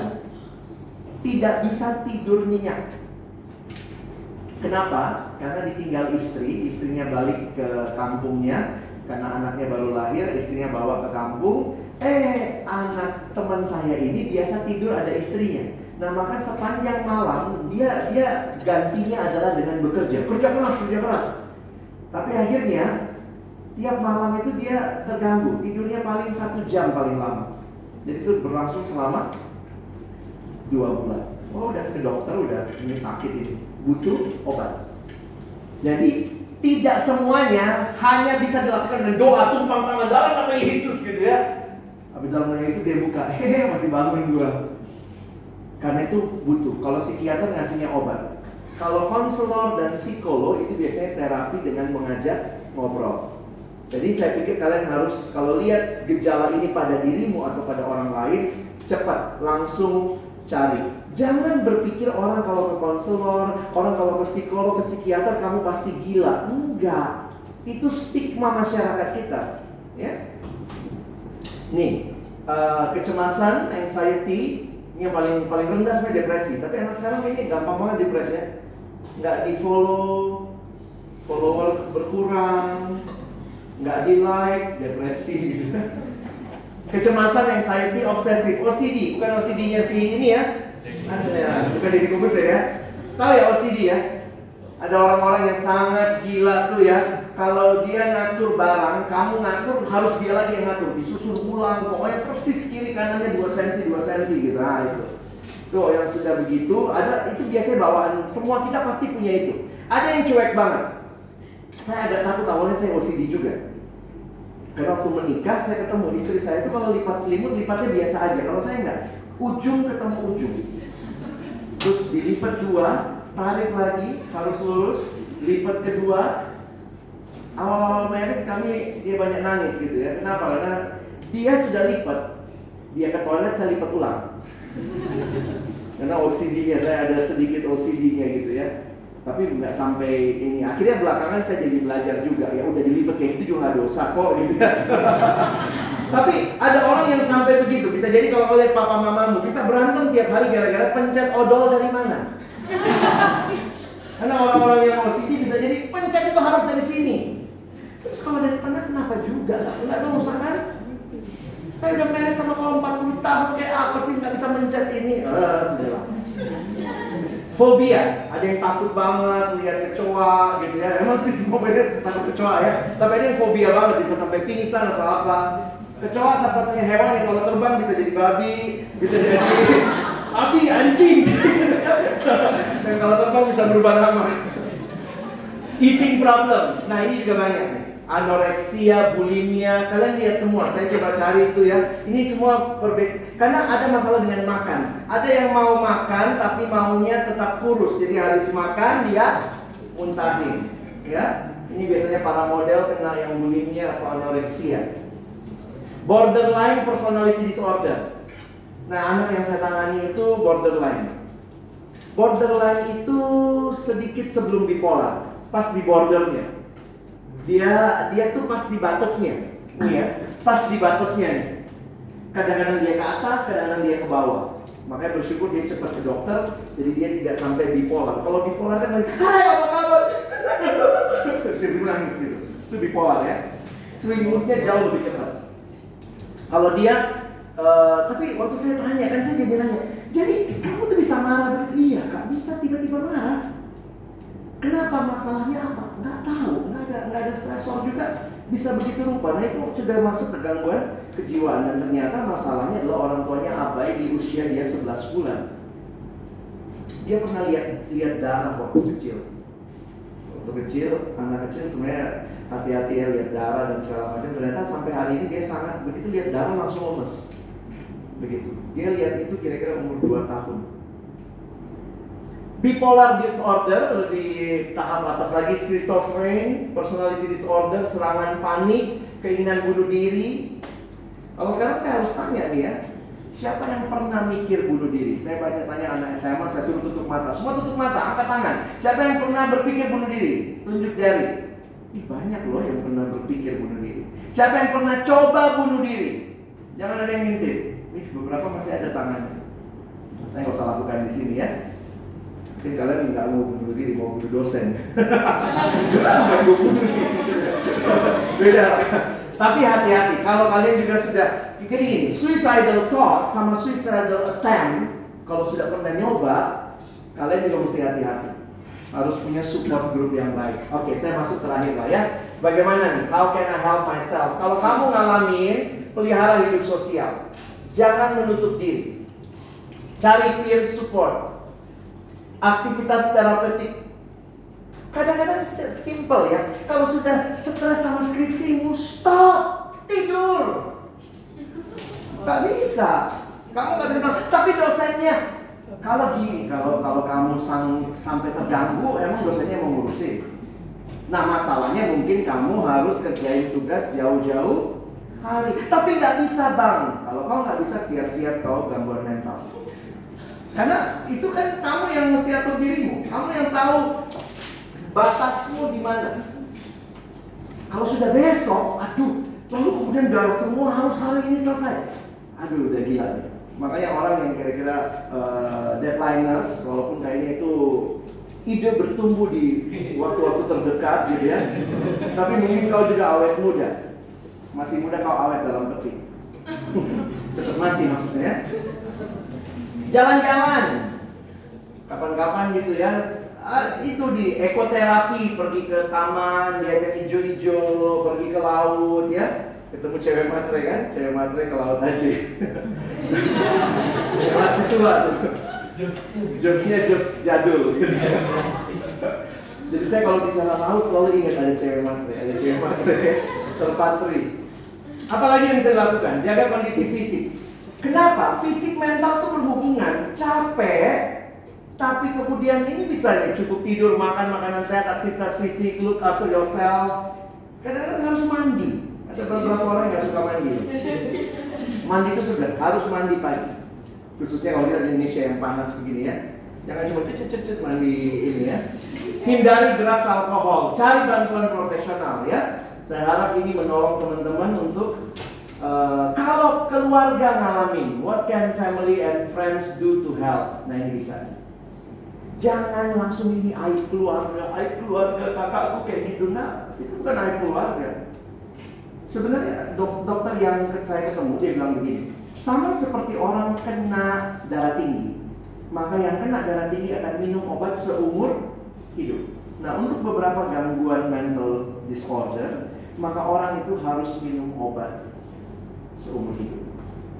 tidak bisa tidur nyenyak. Kenapa? Karena ditinggal istri, istrinya balik ke kampungnya karena anaknya baru lahir, istrinya bawa ke kampung. Eh, anak teman saya ini biasa tidur ada istrinya. Nah maka sepanjang malam dia dia gantinya adalah dengan bekerja, kerja keras, kerja keras. Tapi akhirnya tiap malam itu dia terganggu, tidurnya paling satu jam paling lama. Jadi itu berlangsung selama dua bulan. Oh udah ke dokter, udah ini sakit ini, butuh obat. Jadi tidak semuanya hanya bisa dilakukan dengan doa, tumpang tangan dalam nama Yesus gitu ya. Habis dalam nama Yesus dia buka, hehe masih bangun gua. Karena itu butuh. Kalau psikiater ngasihnya obat. Kalau konselor dan psikolog itu biasanya terapi dengan mengajak ngobrol. Jadi saya pikir kalian harus kalau lihat gejala ini pada dirimu atau pada orang lain, cepat langsung cari. Jangan berpikir orang kalau ke konselor, orang kalau ke psikolog, ke psikiater kamu pasti gila. Enggak. Itu stigma masyarakat kita, ya. Nih, uh, kecemasan, anxiety, yang paling paling rendah sebenarnya depresi. Tapi anak sekarang kayaknya gampang banget depresi ya. Nggak di follow, follower berkurang, nggak di like, depresi gitu. Kecemasan, anxiety, obsesif, O C D, bukan O C D-nya si ini ya. Ada ya, bukan Deddy Corbuzier ya. Tahu ya O C D ya? Ada orang-orang yang sangat gila tuh ya. Kalau dia ngatur barang, kamu ngatur, harus dia lagi yang ngatur. Disusun ulang, pokoknya persis kiri kanannya dua sentimeter, dua sentimeter gitu. Nah itu. Tuh yang sudah begitu, ada itu biasanya bawaan. Semua kita pasti punya itu. Ada yang cuek banget. Saya agak takut awalnya saya O C D juga. Karena waktu menikah, saya ketemu istri saya itu kalau lipat selimut, lipatnya biasa aja. Kalau saya enggak, ujung ketemu ujung. Terus dilipat dua, tarik lagi, harus lurus. Lipat kedua. Awal-awal married kami, dia banyak nangis gitu ya. Kenapa? Karena dia sudah lipat. Dia ke toilet, saya lipat ulang. Karena O C D-nya, saya ada sedikit O C D-nya gitu ya. Tapi nggak sampai ini. Akhirnya belakangan saya jadi belajar juga. Ya udah dilipat kayak gitu juga nggak dosa kok gitu ya. Tapi ada orang yang sampai begitu. Bisa jadi kalau oleh papa mamamu bisa berantem tiap hari gara-gara pencet odol dari mana. Karena orang-orang yang O C D bisa jadi pencet itu harus dari sini. Terus kalau dari tengah kenapa juga? Nggak dosa kan? Saya udah married sama kalau empat puluh tahun kayak apa sih nggak bisa mencet ini? Ah, sudahlah. Fobia, ada yang takut banget lihat kecoa gitu ya. Emang sih semua banyak takut kecoa ya. Tapi ada yang fobia banget, bisa sampai pingsan atau apa. Kecoa satu-satunya hewan yang kalau terbang bisa jadi babi, bisa jadi api, anjing. Dan kalau terbang bisa berubah nama. Eating problem, nah ini juga banyak nih. Anoreksia, bulimia, kalian lihat semua. Saya coba cari itu ya. Ini semua berbeda. Karena ada masalah dengan makan. Ada yang mau makan tapi maunya tetap kurus. Jadi habis makan dia muntahin. Ya, ini biasanya para model kena yang bulimia atau anoreksia. Borderline personality disorder. Nah, anak yang saya tangani itu borderline. Borderline itu sedikit sebelum bipolar, pas di bordernya. Dia dia tuh pas di batasnya, nih ya, pas di batasnya nih. Kadang-kadang dia ke atas, kadang-kadang dia ke bawah. Makanya bersyukur dia cepat ke dokter, jadi dia tidak sampai bipolar. Kalau bipolar kan lagi, hai apa kabar? Jadi nangis gitu. Itu bipolar ya. Swing mood-nya jauh lebih cepat. Kalau dia, uh, tapi waktu saya tanya kan saya jadi nanya, jadi kamu tuh bisa marah begitu? Iya kak, bisa tiba-tiba marah. Kenapa, masalahnya apa? Nggak tahu, nggak ada, nggak ada stresor juga bisa begitu rupa. Nah itu sudah masuk ke gangguan kejiwaan. Dan ternyata masalahnya adalah orang tuanya abai di usia dia sebelas bulan. Dia pernah lihat lihat darah waktu kecil. Waktu kecil, anak kecil sebenarnya hati-hati ya lihat darah dan segala macam. Ternyata sampai hari ini dia sangat begitu lihat darah langsung lemes. Begitu. Dia lihat itu kira-kira umur dua tahun. Bipolar disorder, lebih tahap atas lagi, schizophrenia, personality disorder, serangan panik, keinginan bunuh diri. Kalau sekarang saya harus tanya nih ya, siapa yang pernah mikir bunuh diri? Saya banyak tanya anak S M A, saya suruh tutup mata. Semua tutup mata, angkat tangan. Siapa yang pernah berpikir bunuh diri? Tunjuk jari. Ih, banyak loh yang pernah berpikir bunuh diri. Siapa yang pernah coba bunuh diri? Jangan ada yang ngintip. Ih, beberapa masih ada tangannya. Saya nggak usah lakukan di sini ya. Mungkin kalian nggak mau bunuh diri, mau bunuh dosen. Beda. Tapi hati-hati, kalau kalian juga sudah pikir gini, suicidal thought sama suicidal attempt, kalau sudah pernah nyoba, kalian juga mesti hati-hati. Harus punya support group yang baik. Oke, saya masuk terakhir lah ya. Bagaimana nih? How can I help myself? Kalau kamu ngalamin, pelihara hidup sosial. Jangan menutup diri. Cari peer support. Aktivitas terapeutik. Kadang-kadang simple ya. Kalau sudah stres sama skripsimu, stop, tidur. Gak bisa. Kamu gak bisa. Tapi dosennya, kalau gini, kalau kalau kamu sang, sampai terganggu, emang dosennya mau ngurusin. Nah masalahnya mungkin kamu harus kerjain tugas jauh-jauh hari. Tapi gak bisa bang. Kalau kamu gak bisa, siap-siap kau gangguan mental. Karena itu kan kamu yang mesti atur dirimu. Kamu yang tahu batasmu di mana. Kalau sudah besok, aduh, lalu kemudian gak semua harus hari ini selesai. Aduh, udah gila nih. Makanya orang yang kira-kira uh, deadliners, walaupun kayaknya itu ide bertumbuh di waktu-waktu terdekat gitu ya. Tapi mungkin kau juga awet muda. Masih muda kau awet dalam petik. Tetap mati maksudnya. Jalan-jalan. Kapan-kapan gitu ya. Ah, itu di ekoterapi, pergi ke taman, lihat yang hijau-hijau, pergi ke laut ya. Ketemu cewek matre kan, cewek matre ke laut aja. Masih tua tuh. Jokesnya jokes jadul. Jadi saya kalau bicara laut selalu ingat ada cewek matre, ada cewek matre terpatri. Apalagi yang bisa dilakukan? Jaga kondisi fisik. Kenapa? Fisik mental tuh berhubungan. Capek. Tapi kemudian ini bisa nih, cukup tidur, makan makanan sehat, aktivitas fisik, look after yourself. Kadang-kadang harus mandi. Ada beberapa orang yang gak suka mandi. Mandi itu segar, harus mandi pagi. Khususnya kalau kita di Indonesia yang panas begini ya. Jangan cuma cet-cet-cet mandi ini ya. Hindari geras alkohol, cari bantuan profesional ya. Saya harap ini menolong teman-teman untuk uh, kalau keluarga ngalamin, what can family and friends do to help? Nah ini bisa. Jangan langsung ini aib keluarga, aib keluarga kakakku kayak gitu. Nah, itu bukan aib keluarga. Sebenarnya dok dokter yang saya ketemu dia bilang begini, sama seperti orang kena darah tinggi, maka yang kena darah tinggi akan minum obat seumur hidup. Nah, untuk beberapa gangguan mental disorder, maka orang itu harus minum obat seumur hidup.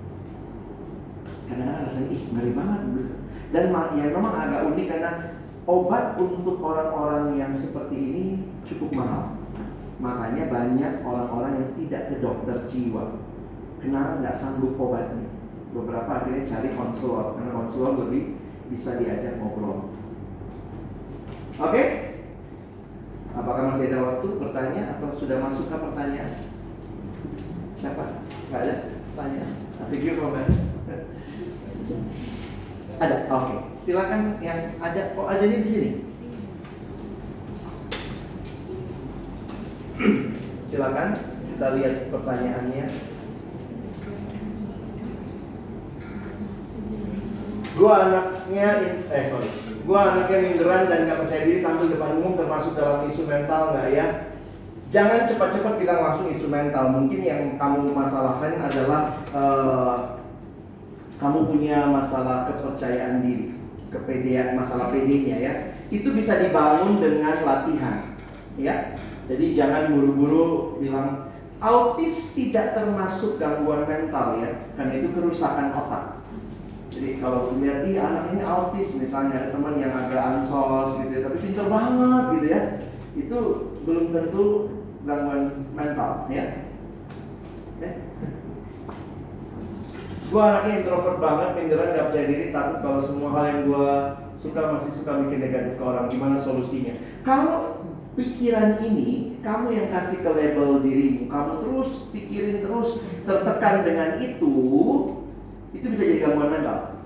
Karena rasanya ih ngeri banget. Dan ya memang agak unik karena obat untuk orang-orang yang seperti ini cukup mahal. Makanya banyak orang-orang yang tidak ke dokter jiwa karena nggak sanggup obatnya. Beberapa akhirnya cari konselor karena konselor lebih bisa diajak ngobrol. Oke? Okay? Apakah masih ada waktu bertanya atau sudah masuk ke pertanyaan? Siapa? Nggak ada pertanyaan? Asik juga komen. Ada, oke. Okay. Silakan yang ada. Oh, adanya di sini. Silakan kita lihat pertanyaannya. Gua anaknya, eh sorry, gua anaknya minderan dan nggak percaya diri tampil depan umum, termasuk dalam isu mental nggak ya? Jangan cepat-cepat bilang langsung isu mental. Mungkin yang kamu masalahkan adalah uh, kamu punya masalah kepercayaan diri, kepedean, masalah pedenya ya. Itu bisa dibangun dengan latihan, ya. Jadi jangan buru-buru bilang autis tidak termasuk gangguan mental ya, karena itu kerusakan otak. Jadi kalau lihat ih anak ini autis, misalnya ada teman yang agak ansos gitu, tapi pintar banget gitu ya, itu belum tentu gangguan mental ya. Eh? Gue anaknya introvert banget, minderan, gak percaya diri, takut kalau semua hal yang gue suka masih suka bikin negatif ke orang. Gimana solusinya? Kalau pikiran ini kamu yang kasih ke label dirimu, kamu terus pikirin terus tertekan dengan itu, itu bisa jadi gangguan mental.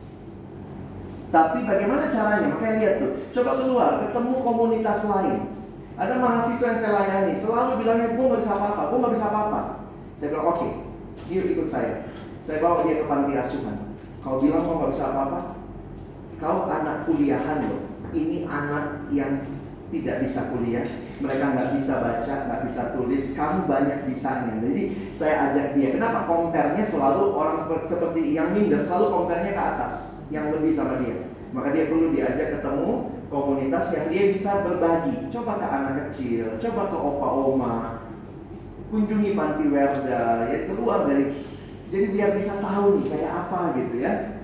Tapi bagaimana caranya? Makanya lihat tuh, coba keluar, ketemu komunitas lain. Ada mahasiswa yang saya layani, selalu bilangnya gue gak bisa apa-apa, gue gak bisa apa-apa. Saya bilang oke, okay, yuk ikut saya. Saya bawa dia ke panti asuhan. Kau bilang kau gak bisa apa-apa? Kau anak kuliahan loh. Ini anak yang tidak bisa kuliah. Mereka nggak bisa baca, nggak bisa tulis. Kamu banyak bisanya. Jadi saya ajak dia. Kenapa? Compare-nya selalu orang seperti yang minder, selalu compare-nya ke atas, yang lebih sama dia. Maka dia perlu diajak ketemu komunitas yang dia bisa berbagi. Coba ke anak kecil, coba ke opa oma, kunjungi panti werda, ya keluar dari. Jadi biar bisa tahu nih kayak apa gitu ya.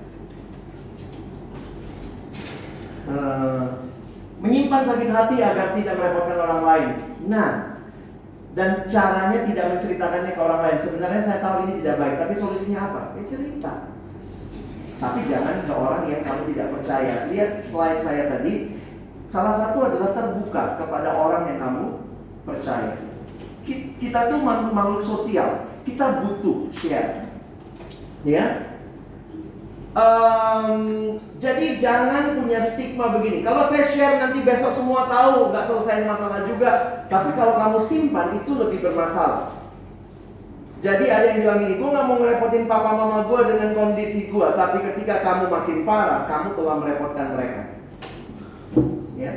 Uh, menyimpan sakit hati agar tidak merepotkan orang lain. Nah, dan caranya tidak menceritakannya ke orang lain. Sebenarnya saya tahu ini tidak baik, tapi solusinya apa? Ya cerita. Tapi jangan ke orang yang kamu tidak percaya. Lihat slide saya tadi. Salah satu adalah terbuka kepada orang yang kamu percaya. Kita tuh makhluk sosial. Kita butuh share. Ya, um, Jadi jangan punya stigma begini. Kalau saya share nanti besok semua tahu, nggak selesai masalah juga. Tapi kalau kamu simpan itu lebih bermasalah. Jadi ada yang bilang gini, gue nggak mau ngerepotin papa mama gue dengan kondisi gue. Tapi ketika kamu makin parah, kamu telah merepotkan mereka. Ya.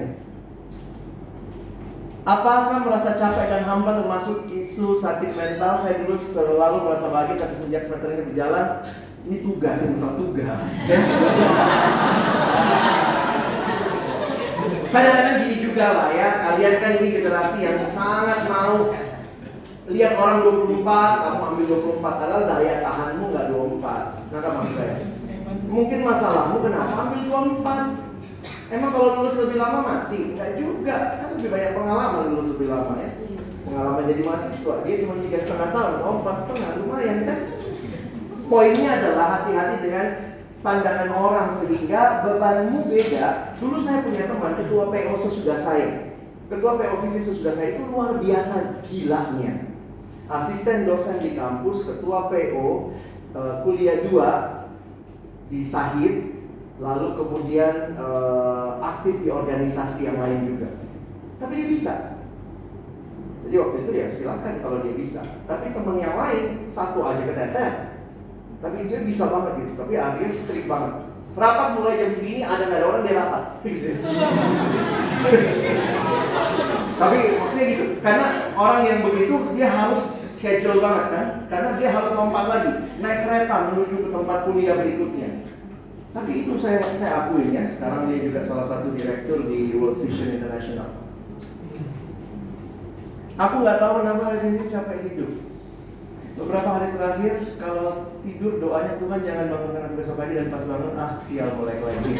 Apakah merasa capek dan hampa termasuk isu sakit mental? Saya dulu selalu merasa bahagia, tapi sejak semester ini berjalan, ini tugas, ini bukan tugas. Kadang-kadang gini juga lah ya, kalian kan ini generasi yang sangat mau lihat orang dua puluh empat, kamu ambil dua puluh empat, padahal daya tahanmu nggak dua puluh empat. Nah, kan maksud saya? Mungkin masalahmu kenapa ambil dua puluh empat? Emang kalau lulus lebih lama mati? Enggak juga, kan lebih banyak pengalaman lulus lebih lama ya. Pengalaman jadi mahasiswa, dia cuma tiga setengah tahun, oh empat setengah, lumayan kan? Poinnya adalah hati-hati dengan pandangan orang sehingga bebanmu beda. Dulu saya punya teman, ketua P O sesudah saya. Ketua P O Visip sesudah saya itu luar biasa gilanya. Asisten dosen di kampus, ketua P O, uh, kuliah dua di Sahid, lalu kemudian uh, aktif di organisasi yang lain juga. Tapi dia bisa. Jadi waktu itu ya silakan kalau dia bisa. Tapi teman yang lain satu aja keteter. Tapi dia bisa banget gitu. Tapi akhirnya strict banget. Rapat mulai jam segini ada nggak ada orang dia rapat. Tapi maksudnya gitu. Karena orang yang begitu dia harus schedule banget kan. Karena dia harus lompat lagi naik kereta menuju ke tempat kuliah berikutnya. Tapi itu saya saya akuin ya. Sekarang dia juga salah satu direktur di World Vision International. Aku nggak tahu kenapa hari ini capek hidup. Beberapa hari terakhir kalau tidur doanya Tuhan jangan bangunkan aku besok pagi, dan pas bangun ah sial mulai lagi.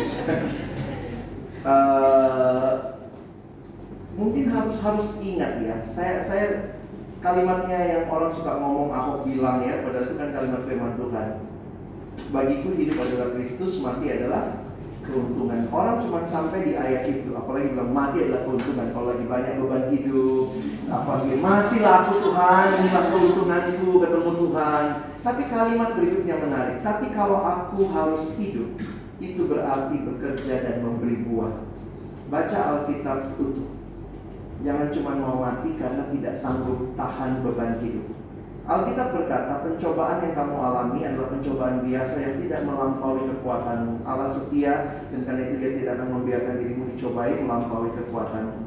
uh, mungkin harus harus ingat ya. Saya saya kalimatnya yang orang suka ngomong Ahok bilang ya, padahal itu kan kalimat firman Tuhan. Bagiku hidup adalah Kristus, mati adalah keuntungan. Orang cuma sampai di ayat itu, apalagi bilang mati adalah keuntungan. Kalau lagi banyak beban hidup, apa gitu, matilah aku Tuhan, inilah keuntunganku ketemu Tuhan. Tapi kalimat berikutnya menarik. Tapi kalau aku harus hidup, itu berarti bekerja dan memberi buah. Baca Alkitab utuh. Jangan cuma mau mati karena tidak sanggup tahan beban hidup. Alkitab berkata, pencobaan yang kamu alami adalah pencobaan biasa yang tidak melampaui kekuatanmu. Allah setia, dan karena itu dia tidak akan membiarkan dirimu dicobai melampaui kekuatanmu.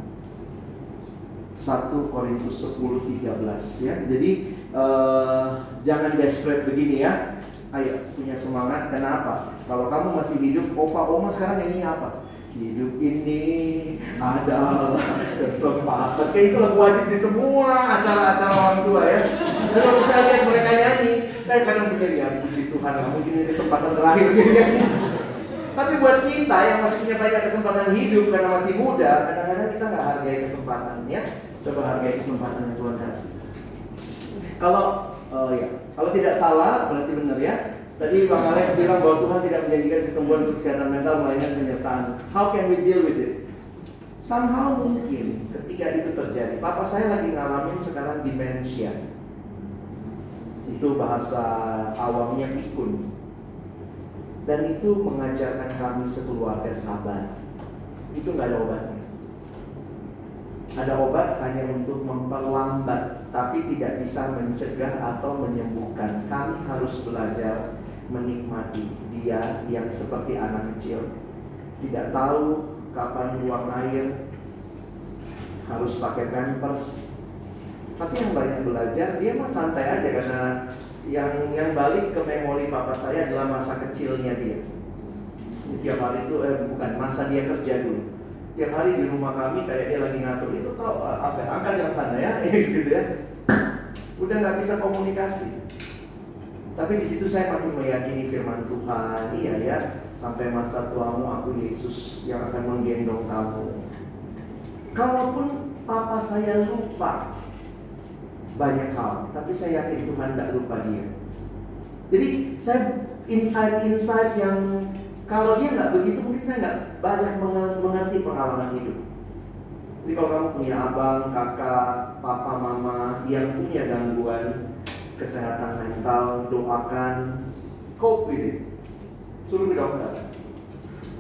satu Korintus sepuluh tiga belas ya. Jadi uh, jangan desperate begini ya. Ayo punya semangat. Kenapa? Kalau kamu masih hidup, opa oma sekarang ini apa? Hidup ini adalah kesempatan. Kayak itu lagu wajib di semua acara-acara orang tua ya. Dan kalau saya lihat mereka nyanyi, saya kadang pikir ya puji Tuhan, mungkin ini kesempatan terakhir gitu. Tapi buat kita yang masih punya banyak kesempatan hidup karena masih muda, kadang-kadang kita nggak hargai kesempatan ya. Coba hargai kesempatan yang Tuhan kasih. Kalau uh, ya, kalau tidak salah berarti benar ya. Tadi Bang Alex bilang bahwa Tuhan tidak menjanjikan kesembuhan untuk kesehatan mental, melainkan penyertaan. How can we deal with it? Somehow mungkin ketika itu terjadi. Papa saya lagi ngalamin sekarang demensia. Itu bahasa awamnya pikun. Dan itu mengajarkan kami sekeluarga sabar. Itu nggak ada obatnya. Ada obat hanya untuk memperlambat, tapi tidak bisa mencegah atau menyembuhkan. Kami harus belajar menikmati dia yang seperti anak kecil, tidak tahu kapan buang air, harus pakai pampers. Tapi yang banyak belajar, dia mah santai aja karena yang yang balik ke memori papa saya adalah masa kecilnya dia. Tiap hari itu eh bukan masa dia kerja dulu. Tiap hari di rumah kami kayak dia lagi ngatur itu tau apa angkat yang sana ya gitu ya. Udah nggak bisa komunikasi. Tapi di situ saya makin meyakini firman Tuhan. Iya ya, sampai masa tuamu aku Yesus yang akan menggendong kamu. Kalaupun papa saya lupa banyak hal, tapi saya yakin Tuhan tidak lupa dia. Jadi saya insight-insight yang kalau dia nggak begitu mungkin saya nggak banyak mengerti pengalaman hidup. Jadi kalau kamu punya abang, kakak, papa, mama yang punya gangguan kesehatan mental, doakan, cope with it. Suruh ke dokter.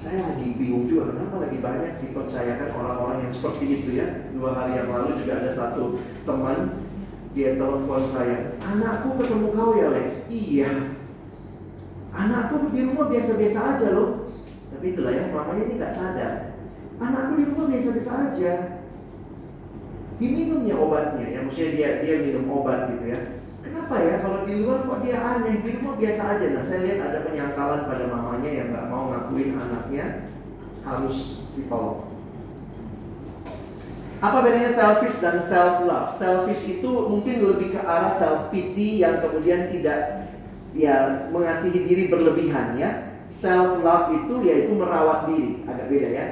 Saya lagi bingung juga kenapa lagi banyak dipercayakan orang-orang yang seperti itu ya. Dua hari yang lalu juga ada satu teman, dia telepon saya, anakku ketemu kau ya Lex. Iya, anakku di rumah biasa-biasa aja loh. Tapi itulah ya, mamanya ini gak sadar. Anakku di rumah biasa-biasa aja. Diminumnya obatnya, ya maksudnya dia dia minum obat gitu ya. Kenapa ya kalau di luar kok dia aneh, di rumah biasa aja. Nah saya lihat ada penyangkalan pada mamanya yang gak mau ngakuin anaknya harus ditolong. Apa bedanya selfish dan self love? Selfish itu mungkin lebih ke arah self pity yang kemudian tidak ya mengasihi diri berlebihan ya. Self love itu yaitu merawat diri, agak beda ya.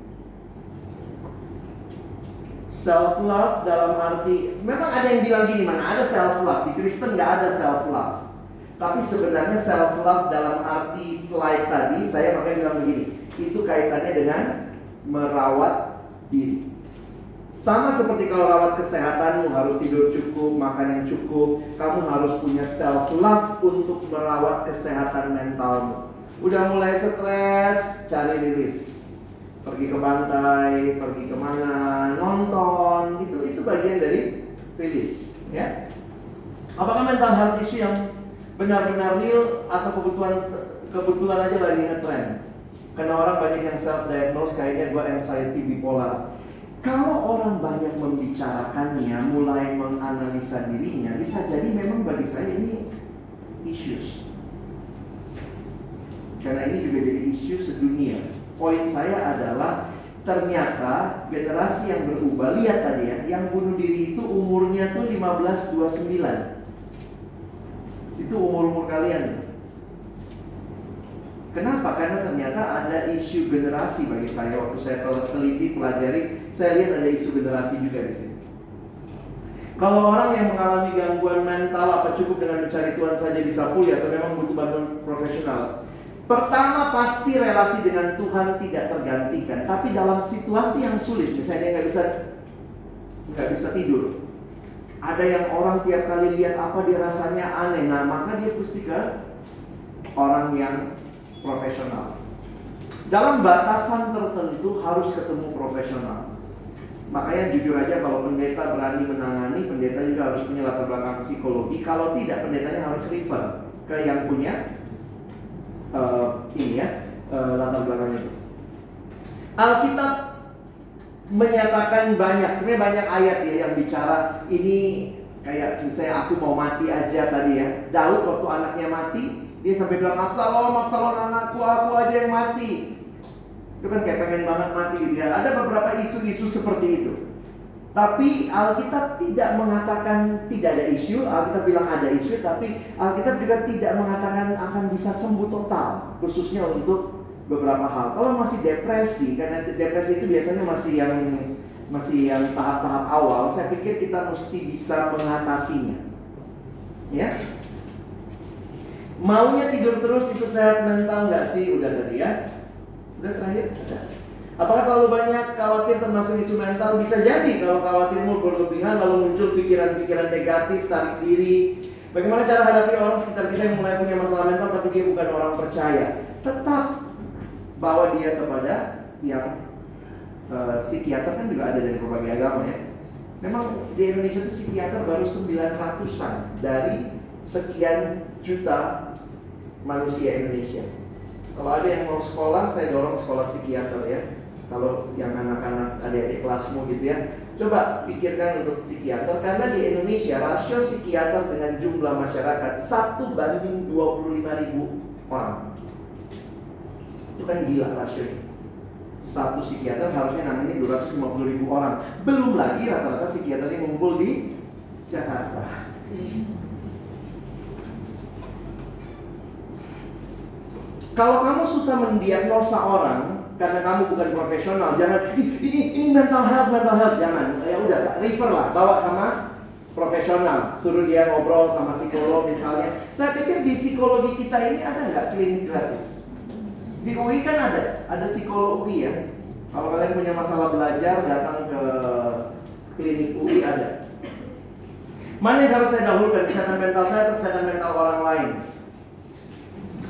Self love dalam arti, memang ada yang bilang gini, mana ada self love, di Kristen nggak ada self love. Tapi sebenarnya self love dalam arti slide tadi, saya makanya bilang begini, itu kaitannya dengan merawat diri. Sama seperti kalau rawat kesehatanmu, harus tidur cukup, makan yang cukup, kamu harus punya self love untuk merawat kesehatan mentalmu. Udah mulai stres, cari rilis. Pergi ke pantai, pergi kemana, nonton, itu itu bagian dari rilis, ya. Apakah mental health issue yang benar-benar real atau kebutuhan kebetulan aja lagi ngetrend? Karena orang banyak yang self diagnose, kayaknya gue anxiety bipolar. Kalau orang banyak membicarakannya, mulai menganalisa dirinya, bisa jadi memang bagi saya ini issues. Karena ini juga jadi isu sedunia. Poin saya adalah ternyata generasi yang berubah, lihat tadi ya, yang bunuh diri itu umurnya tuh lima belas dua puluh sembilan. Itu umur-umur kalian. Kenapa? Karena ternyata ada isu generasi bagi saya. Waktu saya teliti, pelajari, saya lihat ada isu generasi juga di sini. Kalau orang yang mengalami gangguan mental, apa cukup dengan mencari Tuhan saja bisa pulih atau memang butuh bantuan profesional? Pertama, pasti relasi dengan Tuhan tidak tergantikan. Tapi dalam situasi yang sulit, misalnya nggak bisa nggak bisa tidur, ada yang orang tiap kali lihat apa dia rasanya aneh, nah maka dia mesti ke orang yang profesional. Dalam batasan tertentu harus ketemu profesional. Makanya jujur aja kalau pendeta berani menangani, pendeta juga harus punya latar belakang psikologi. Kalau tidak, pendetanya harus refer ke yang punya Uh, ini ya uh, latar belakang itu. Alkitab menyatakan banyak, sebenarnya banyak ayat ya yang bicara ini, kayak misalnya aku mau mati aja tadi ya. Daud waktu anaknya mati, dia sampai bilang Absalom, Absalom anakku, aku aja yang mati. Itu kan kayak pengen banget mati gitu ya. Ada beberapa isu-isu seperti itu. Tapi Alkitab tidak mengatakan tidak ada isu. Alkitab bilang ada isu, tapi Alkitab juga tidak mengatakan akan bisa sembuh total, khususnya untuk beberapa hal. Kalau masih depresi, karena depresi itu biasanya masih yang masih yang tahap-tahap awal, saya pikir kita mesti bisa mengatasinya. Ya, maunya tidur terus itu sehat mental nggak sih? Udah tadi ya, udah terakhir. Udah. Apakah terlalu banyak khawatir termasuk isu mental? Bisa jadi kalau khawatirmu berlebihan lalu muncul pikiran-pikiran negatif, tarik diri. Bagaimana cara hadapi orang sekitar kita yang mulai punya masalah mental tapi dia bukan orang percaya? Tetap bawa dia kepada yang uh, psikiater, kan juga ada dari berbagai agama ya. Memang di Indonesia itu psikiater baru sembilan ratusan dari sekian juta manusia Indonesia. Kalau ada yang mau sekolah, saya dorong sekolah psikiater ya. Kalau yang anak-anak adik-adik kelasmu gitu ya, coba pikirkan untuk psikiater. Karena di Indonesia rasio psikiater dengan jumlah masyarakat satu banding dua puluh lima ribu orang. Itu kan gila rasionya. Satu psikiater harusnya nangani dua ratus lima puluh ribu orang. Belum lagi rata-rata psikiater yang ngumpul di Jakarta. Kalau kamu susah mendiagnosa orang karena kamu bukan profesional, jangan ini ini mental health mental health jangan. Ya udah, refer lah, bawa sama profesional, suruh dia ngobrol sama psikolog misalnya. Saya pikir di psikologi kita ini ada nggak klinik gratis? Di U I kan ada, ada psikolog U I ya. Kalau kalian punya masalah belajar, datang ke klinik U I ada. Mana yang harus saya dahulukan, kesehatan mental saya atau kesehatan mental orang lain?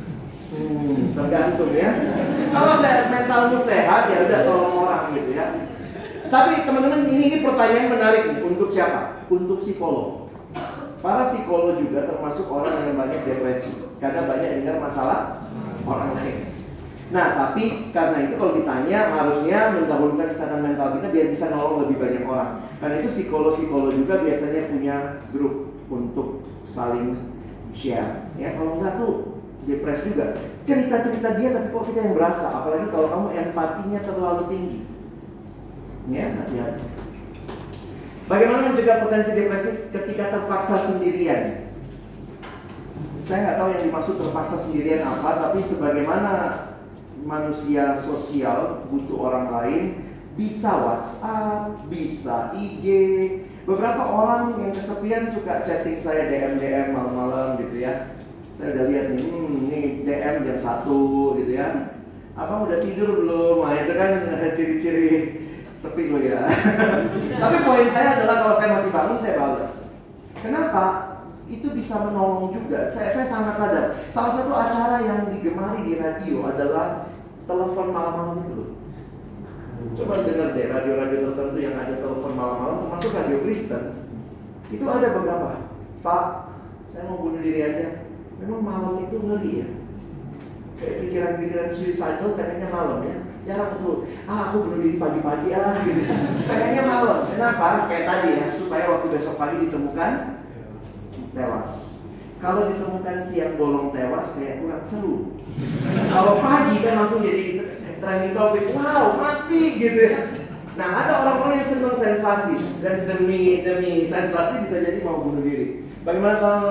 Hmm, tergantung ya. Kalau saya mentalmu sehat ya udah tolong orang gitu ya. Tapi teman-teman ini, ini pertanyaan menarik nih. Untuk siapa? Untuk psikolog. Para psikolog juga termasuk orang yang banyak depresi karena banyak dengar masalah orang lain. Nah, tapi karena itu kalau ditanya harusnya mendahulukan kesehatan mental kita biar bisa nolong lebih banyak orang. Karena itu psikolog-psikolog juga biasanya punya grup untuk saling share. Ya, kalau enggak tuh depres juga. Cerita-cerita dia tapi kok kita yang berasa, apalagi kalau kamu empatinya terlalu tinggi. Ya, hati-hati. Bagaimana mencegah potensi depresi ketika terpaksa sendirian? Saya nggak tahu yang dimaksud terpaksa sendirian apa, tapi sebagaimana manusia sosial butuh orang lain, bisa WhatsApp, bisa I G. Beberapa orang yang kesepian suka chatting saya D M D M malam-malam gitu ya. Saya udah lihat nih, hmm, nih D M jam satu gitu ya. Abang udah tidur belum? Nah itu kan ciri-ciri sepi lo ya. Tapi poin saya adalah kalau saya masih bangun saya balas. Kenapa? Itu bisa menolong juga. Saya, saya sangat sadar. Salah satu acara yang digemari di radio adalah telepon malam-malam itu loh. Coba dengar deh radio-radio tertentu yang ada telepon malam-malam, termasuk radio Kristen. Itu ada beberapa. Pak, saya mau bunuh diri aja. Memang malam itu ngeri ya. Kayak pikiran-pikiran suicidal kayaknya malam ya. Jarang tuh, ah aku bunuh diri pagi-pagi ah gitu. Kayaknya malam. Kenapa? Kayak tadi ya, supaya waktu besok pagi ditemukan tewas. Kalau ditemukan siang bolong tewas kayak kurang seru. Kalau pagi kan langsung jadi trending topic, wow mati gitu ya. Nah ada orang-orang yang senang sensasi dan demi demi sensasi bisa jadi mau bunuh diri. Bagaimana kalau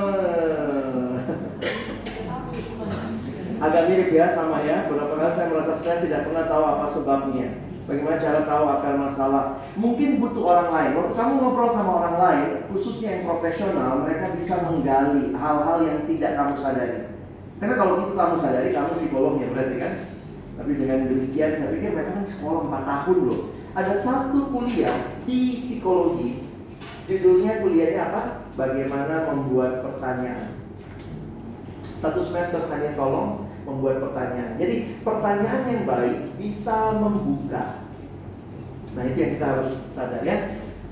agak mirip ya sama ya. Beberapa kali saya merasa stres tidak pernah tahu apa sebabnya. Bagaimana cara tahu akar masalah? Mungkin butuh orang lain. Waktu kamu ngobrol sama orang lain, khususnya yang profesional, mereka bisa menggali hal-hal yang tidak kamu sadari. Karena kalau itu kamu sadari, kamu psikolognya berarti kan. Tapi dengan demikian saya pikir mereka kan sekolah empat tahun loh. Ada satu kuliah di psikologi, judulnya kuliahnya apa? Bagaimana membuat pertanyaan. Satu semester hanya tolong membuat pertanyaan. Jadi pertanyaan yang baik bisa membuka. Nah itu yang kita harus sadar ya.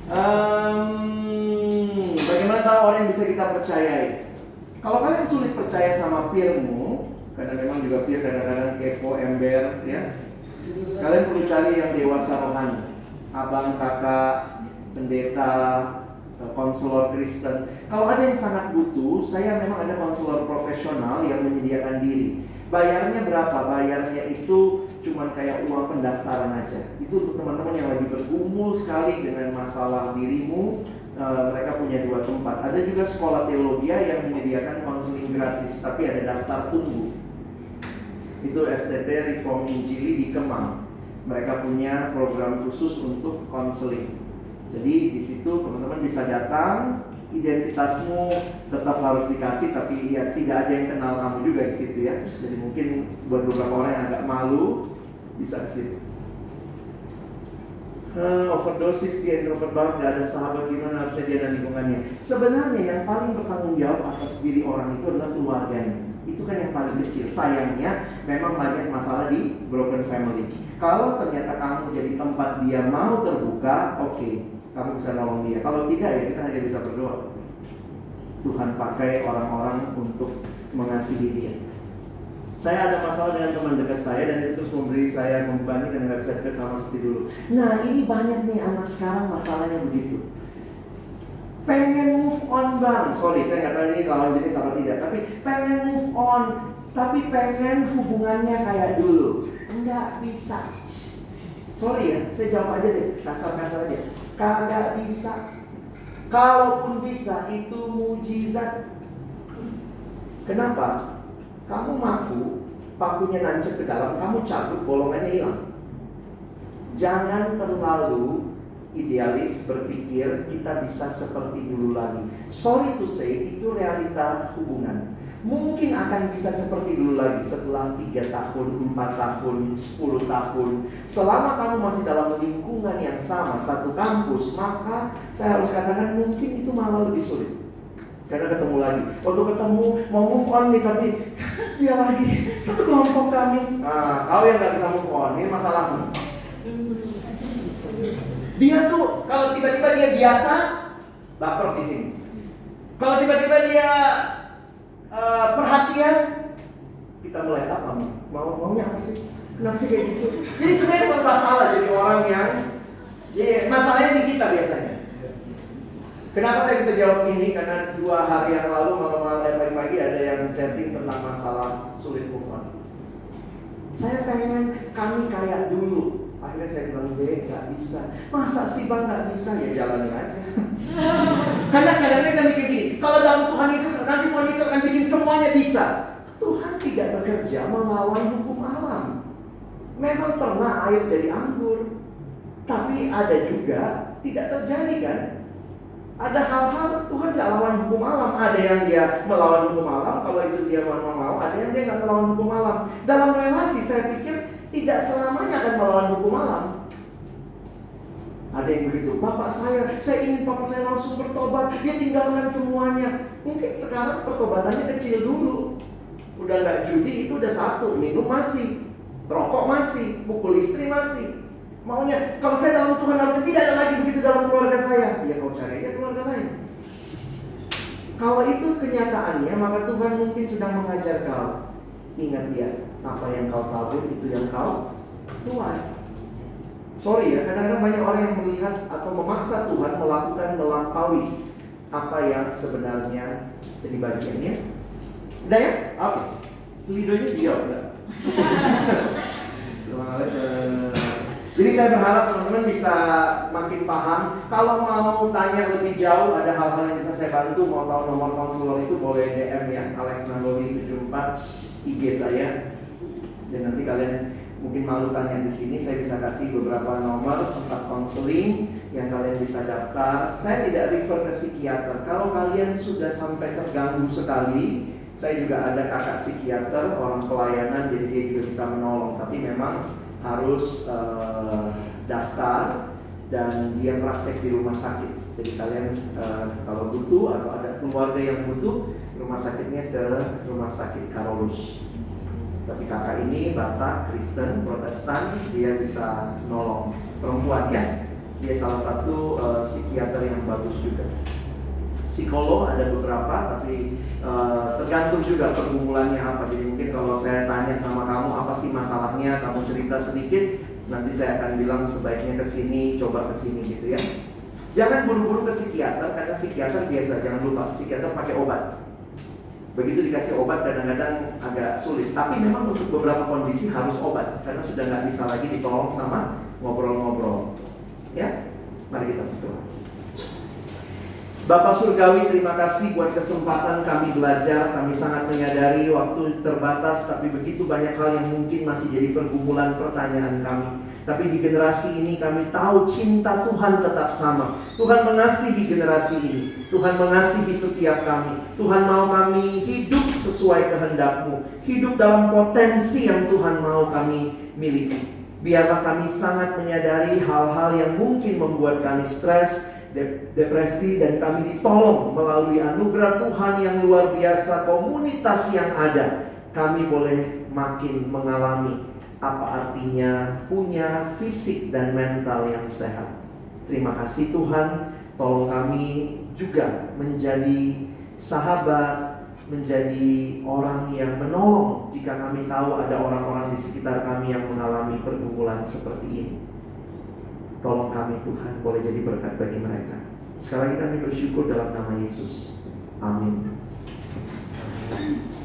um, Bagaimana tahu orang yang bisa kita percayai? Kalau kalian sulit percaya sama peermu, karena memang juga peer kadang-kadang kepo, ember ya, kalian perlu cari yang dewasa rohani. Abang, kakak, pendeta, konselor Kristen. Kalau ada yang sangat butuh, saya memang ada konselor profesional yang menyediakan diri. Bayarnya berapa? Bayarnya itu cuma kayak uang pendaftaran aja. Itu untuk teman-teman yang lagi bergumul sekali dengan masalah dirimu. e, Mereka punya dua tempat. Ada juga sekolah teologi yang menyediakan konseling gratis, tapi ada daftar tunggu. Itu S T T Reform Injili di Kemang. Mereka punya program khusus untuk konseling. Jadi di situ teman-teman bisa datang, identitasmu tetap harus dikasih, tapi ya tidak ada yang kenal kamu juga di situ ya. Jadi mungkin buat beberapa orang yang agak malu bisa ke situ. Uh, overdosis, dia introvert banget, gak ada sahabat, gimana harusnya dia dan lingkungannya. Sebenarnya yang paling bertanggung jawab atas diri orang itu adalah keluarganya. Itu kan yang paling kecil. Sayangnya memang banyak masalah di broken family. Kalau ternyata kamu jadi tempat dia mau terbuka, oke, okay, kamu bisa nolong dia. Kalau tidak ya kita hanya bisa berdoa. Tuhan pakai orang-orang untuk mengasihi dia. Saya ada masalah dengan teman dekat saya dan itu terus memberi saya membebani karena nggak bisa dekat sama seperti dulu. Nah ini banyak nih anak sekarang masalahnya begitu. Pengen move on bang, sorry saya nggak tahu ini lawan jenis apa tidak, tapi pengen move on, tapi pengen hubungannya kayak dulu. Nggak bisa. Sorry ya, saya jawab aja deh, kasar-kasar aja. Kagak bisa. Kalaupun bisa itu mujizat. Kenapa? Kamu maku, pakunya nancep ke dalam, kamu cabut, bolongannya hilang. Jangan terlalu idealis berpikir kita bisa seperti dulu lagi. Sorry to say, itu realita hubungan. Mungkin akan bisa seperti dulu lagi setelah tiga tahun, empat tahun, sepuluh tahun. Selama kamu masih dalam lingkungan yang sama, satu kampus, maka saya harus katakan mungkin itu malah lebih sulit. Karena ketemu lagi. Waktu ketemu mau move on nih, tapi dia lagi satu kelompok kami. Nah, kau yang nggak bisa move on, ini masalahmu. Dia tuh kalau tiba-tiba dia biasa, baper di sini. Kalau tiba-tiba dia uh, perhatian, kita mulai apa? Mau maunya apa sih? Kenapa sih kayak gitu? Jadi sebenarnya serba salah jadi orang yang, jadi masalahnya di kita biasanya. Kenapa saya bisa jawab ini? Karena dua hari yang lalu malam-malam dan pagi-pagi ada yang chatting tentang masalah sulit move on. Saya pengen kami kayak dulu. Akhirnya saya bilang, deh gak bisa. Masa sih bang gak bisa? Ya jalanin aja. Karena kadang-kadang kan kayak gini, kalau dalam Tuhan Yesus, nanti Tuhan Yesus akan bikin semuanya bisa. Tuhan tidak bekerja melawan hukum alam. Memang pernah air jadi anggur, tapi ada juga tidak terjadi kan. Ada hal-hal Tuhan gak lawan hukum alam. Ada yang dia melawan hukum alam, kalau itu dia mau mau. Ada yang dia gak melawan hukum alam. Dalam relasi saya pikir tidak selamanya akan melawan hukum alam. Ada yang begitu, bapak saya, saya ingin bapak saya langsung bertobat, dia tinggalkan semuanya. Mungkin sekarang pertobatannya kecil dulu. Udah gak judi, itu udah satu. Minum masih, rokok masih, pukul istri masih. Maunya, kalau saya dalam Tuhan harusnya tidak ada lagi begitu dalam keluarga saya. Ya kau cari aja keluarga lain. Kalau itu kenyataannya, maka Tuhan mungkin sedang mengajar kau. Ingat dia, apa yang kau tabur itu yang kau tuai. Sorry ya, kadang-kadang banyak orang yang melihat atau memaksa Tuhan melakukan melampaui apa yang sebenarnya jadi bagiannya. Udah ya? Oke. Selidonya dijawab enggak? Jadi saya berharap teman-teman bisa makin paham. Kalau mau tanya lebih jauh, ada hal-hal yang bisa saya bantu. Mau tahu nomor konselor itu boleh D M ya, Alex Nandoli tujuh empat I G saya. Dan nanti kalian mungkin malu tanya di sini, saya bisa kasih beberapa nomor tempat konseling yang kalian bisa daftar. Saya tidak refer ke psikiater. Kalau kalian sudah sampai terganggu sekali, saya juga ada kakak psikiater, orang pelayanan, jadi dia juga bisa menolong. Tapi memang harus uh, daftar dan dia praktek di rumah sakit. Jadi kalian uh, kalau butuh atau ada keluarga yang butuh, rumah sakitnya ke rumah sakit Karolus. Tapi kakak ini Batak, Kristen, Protestan, dia bisa nolong. Perempuan ya, dia salah satu uh, psikiater yang bagus juga. Psikolog ada beberapa, tapi uh, tergantung juga pergumulannya apa. Jadi mungkin kalau saya tanya sama kamu apa sih masalahnya, kamu cerita sedikit, nanti saya akan bilang sebaiknya ke sini, coba ke sini gitu ya. Jangan buru-buru ke psikiater, karena psikiater biasa, jangan lupa psikiater pakai obat. Begitu dikasih obat kadang-kadang agak sulit. Tapi memang untuk beberapa kondisi harus obat, karena sudah nggak bisa lagi ditolong sama ngobrol-ngobrol. Ya, mari kita berdoa. Bapak Surgawi, terima kasih buat kesempatan kami belajar. Kami sangat menyadari waktu terbatas, tapi begitu banyak hal yang mungkin masih jadi pergumulan pertanyaan kami. Tapi di generasi ini kami tahu cinta Tuhan tetap sama. Tuhan mengasihi generasi ini. Tuhan mengasihi setiap kami. Tuhan mau kami hidup sesuai kehendak-Mu. Hidup dalam potensi yang Tuhan mau kami miliki. Biarlah kami sangat menyadari hal-hal yang mungkin membuat kami stres, depresi, dan kami ditolong melalui anugerah Tuhan yang luar biasa, komunitas yang ada. Kami boleh makin mengalami apa artinya punya fisik dan mental yang sehat. Terima kasih Tuhan, tolong kami juga menjadi sahabat, menjadi orang yang menolong jika kami tahu ada orang-orang di sekitar kami yang mengalami pergumulan seperti ini. Tolong kami Tuhan, boleh jadi berkat bagi mereka. Sekali lagi kami bersyukur dalam nama Yesus. Amin.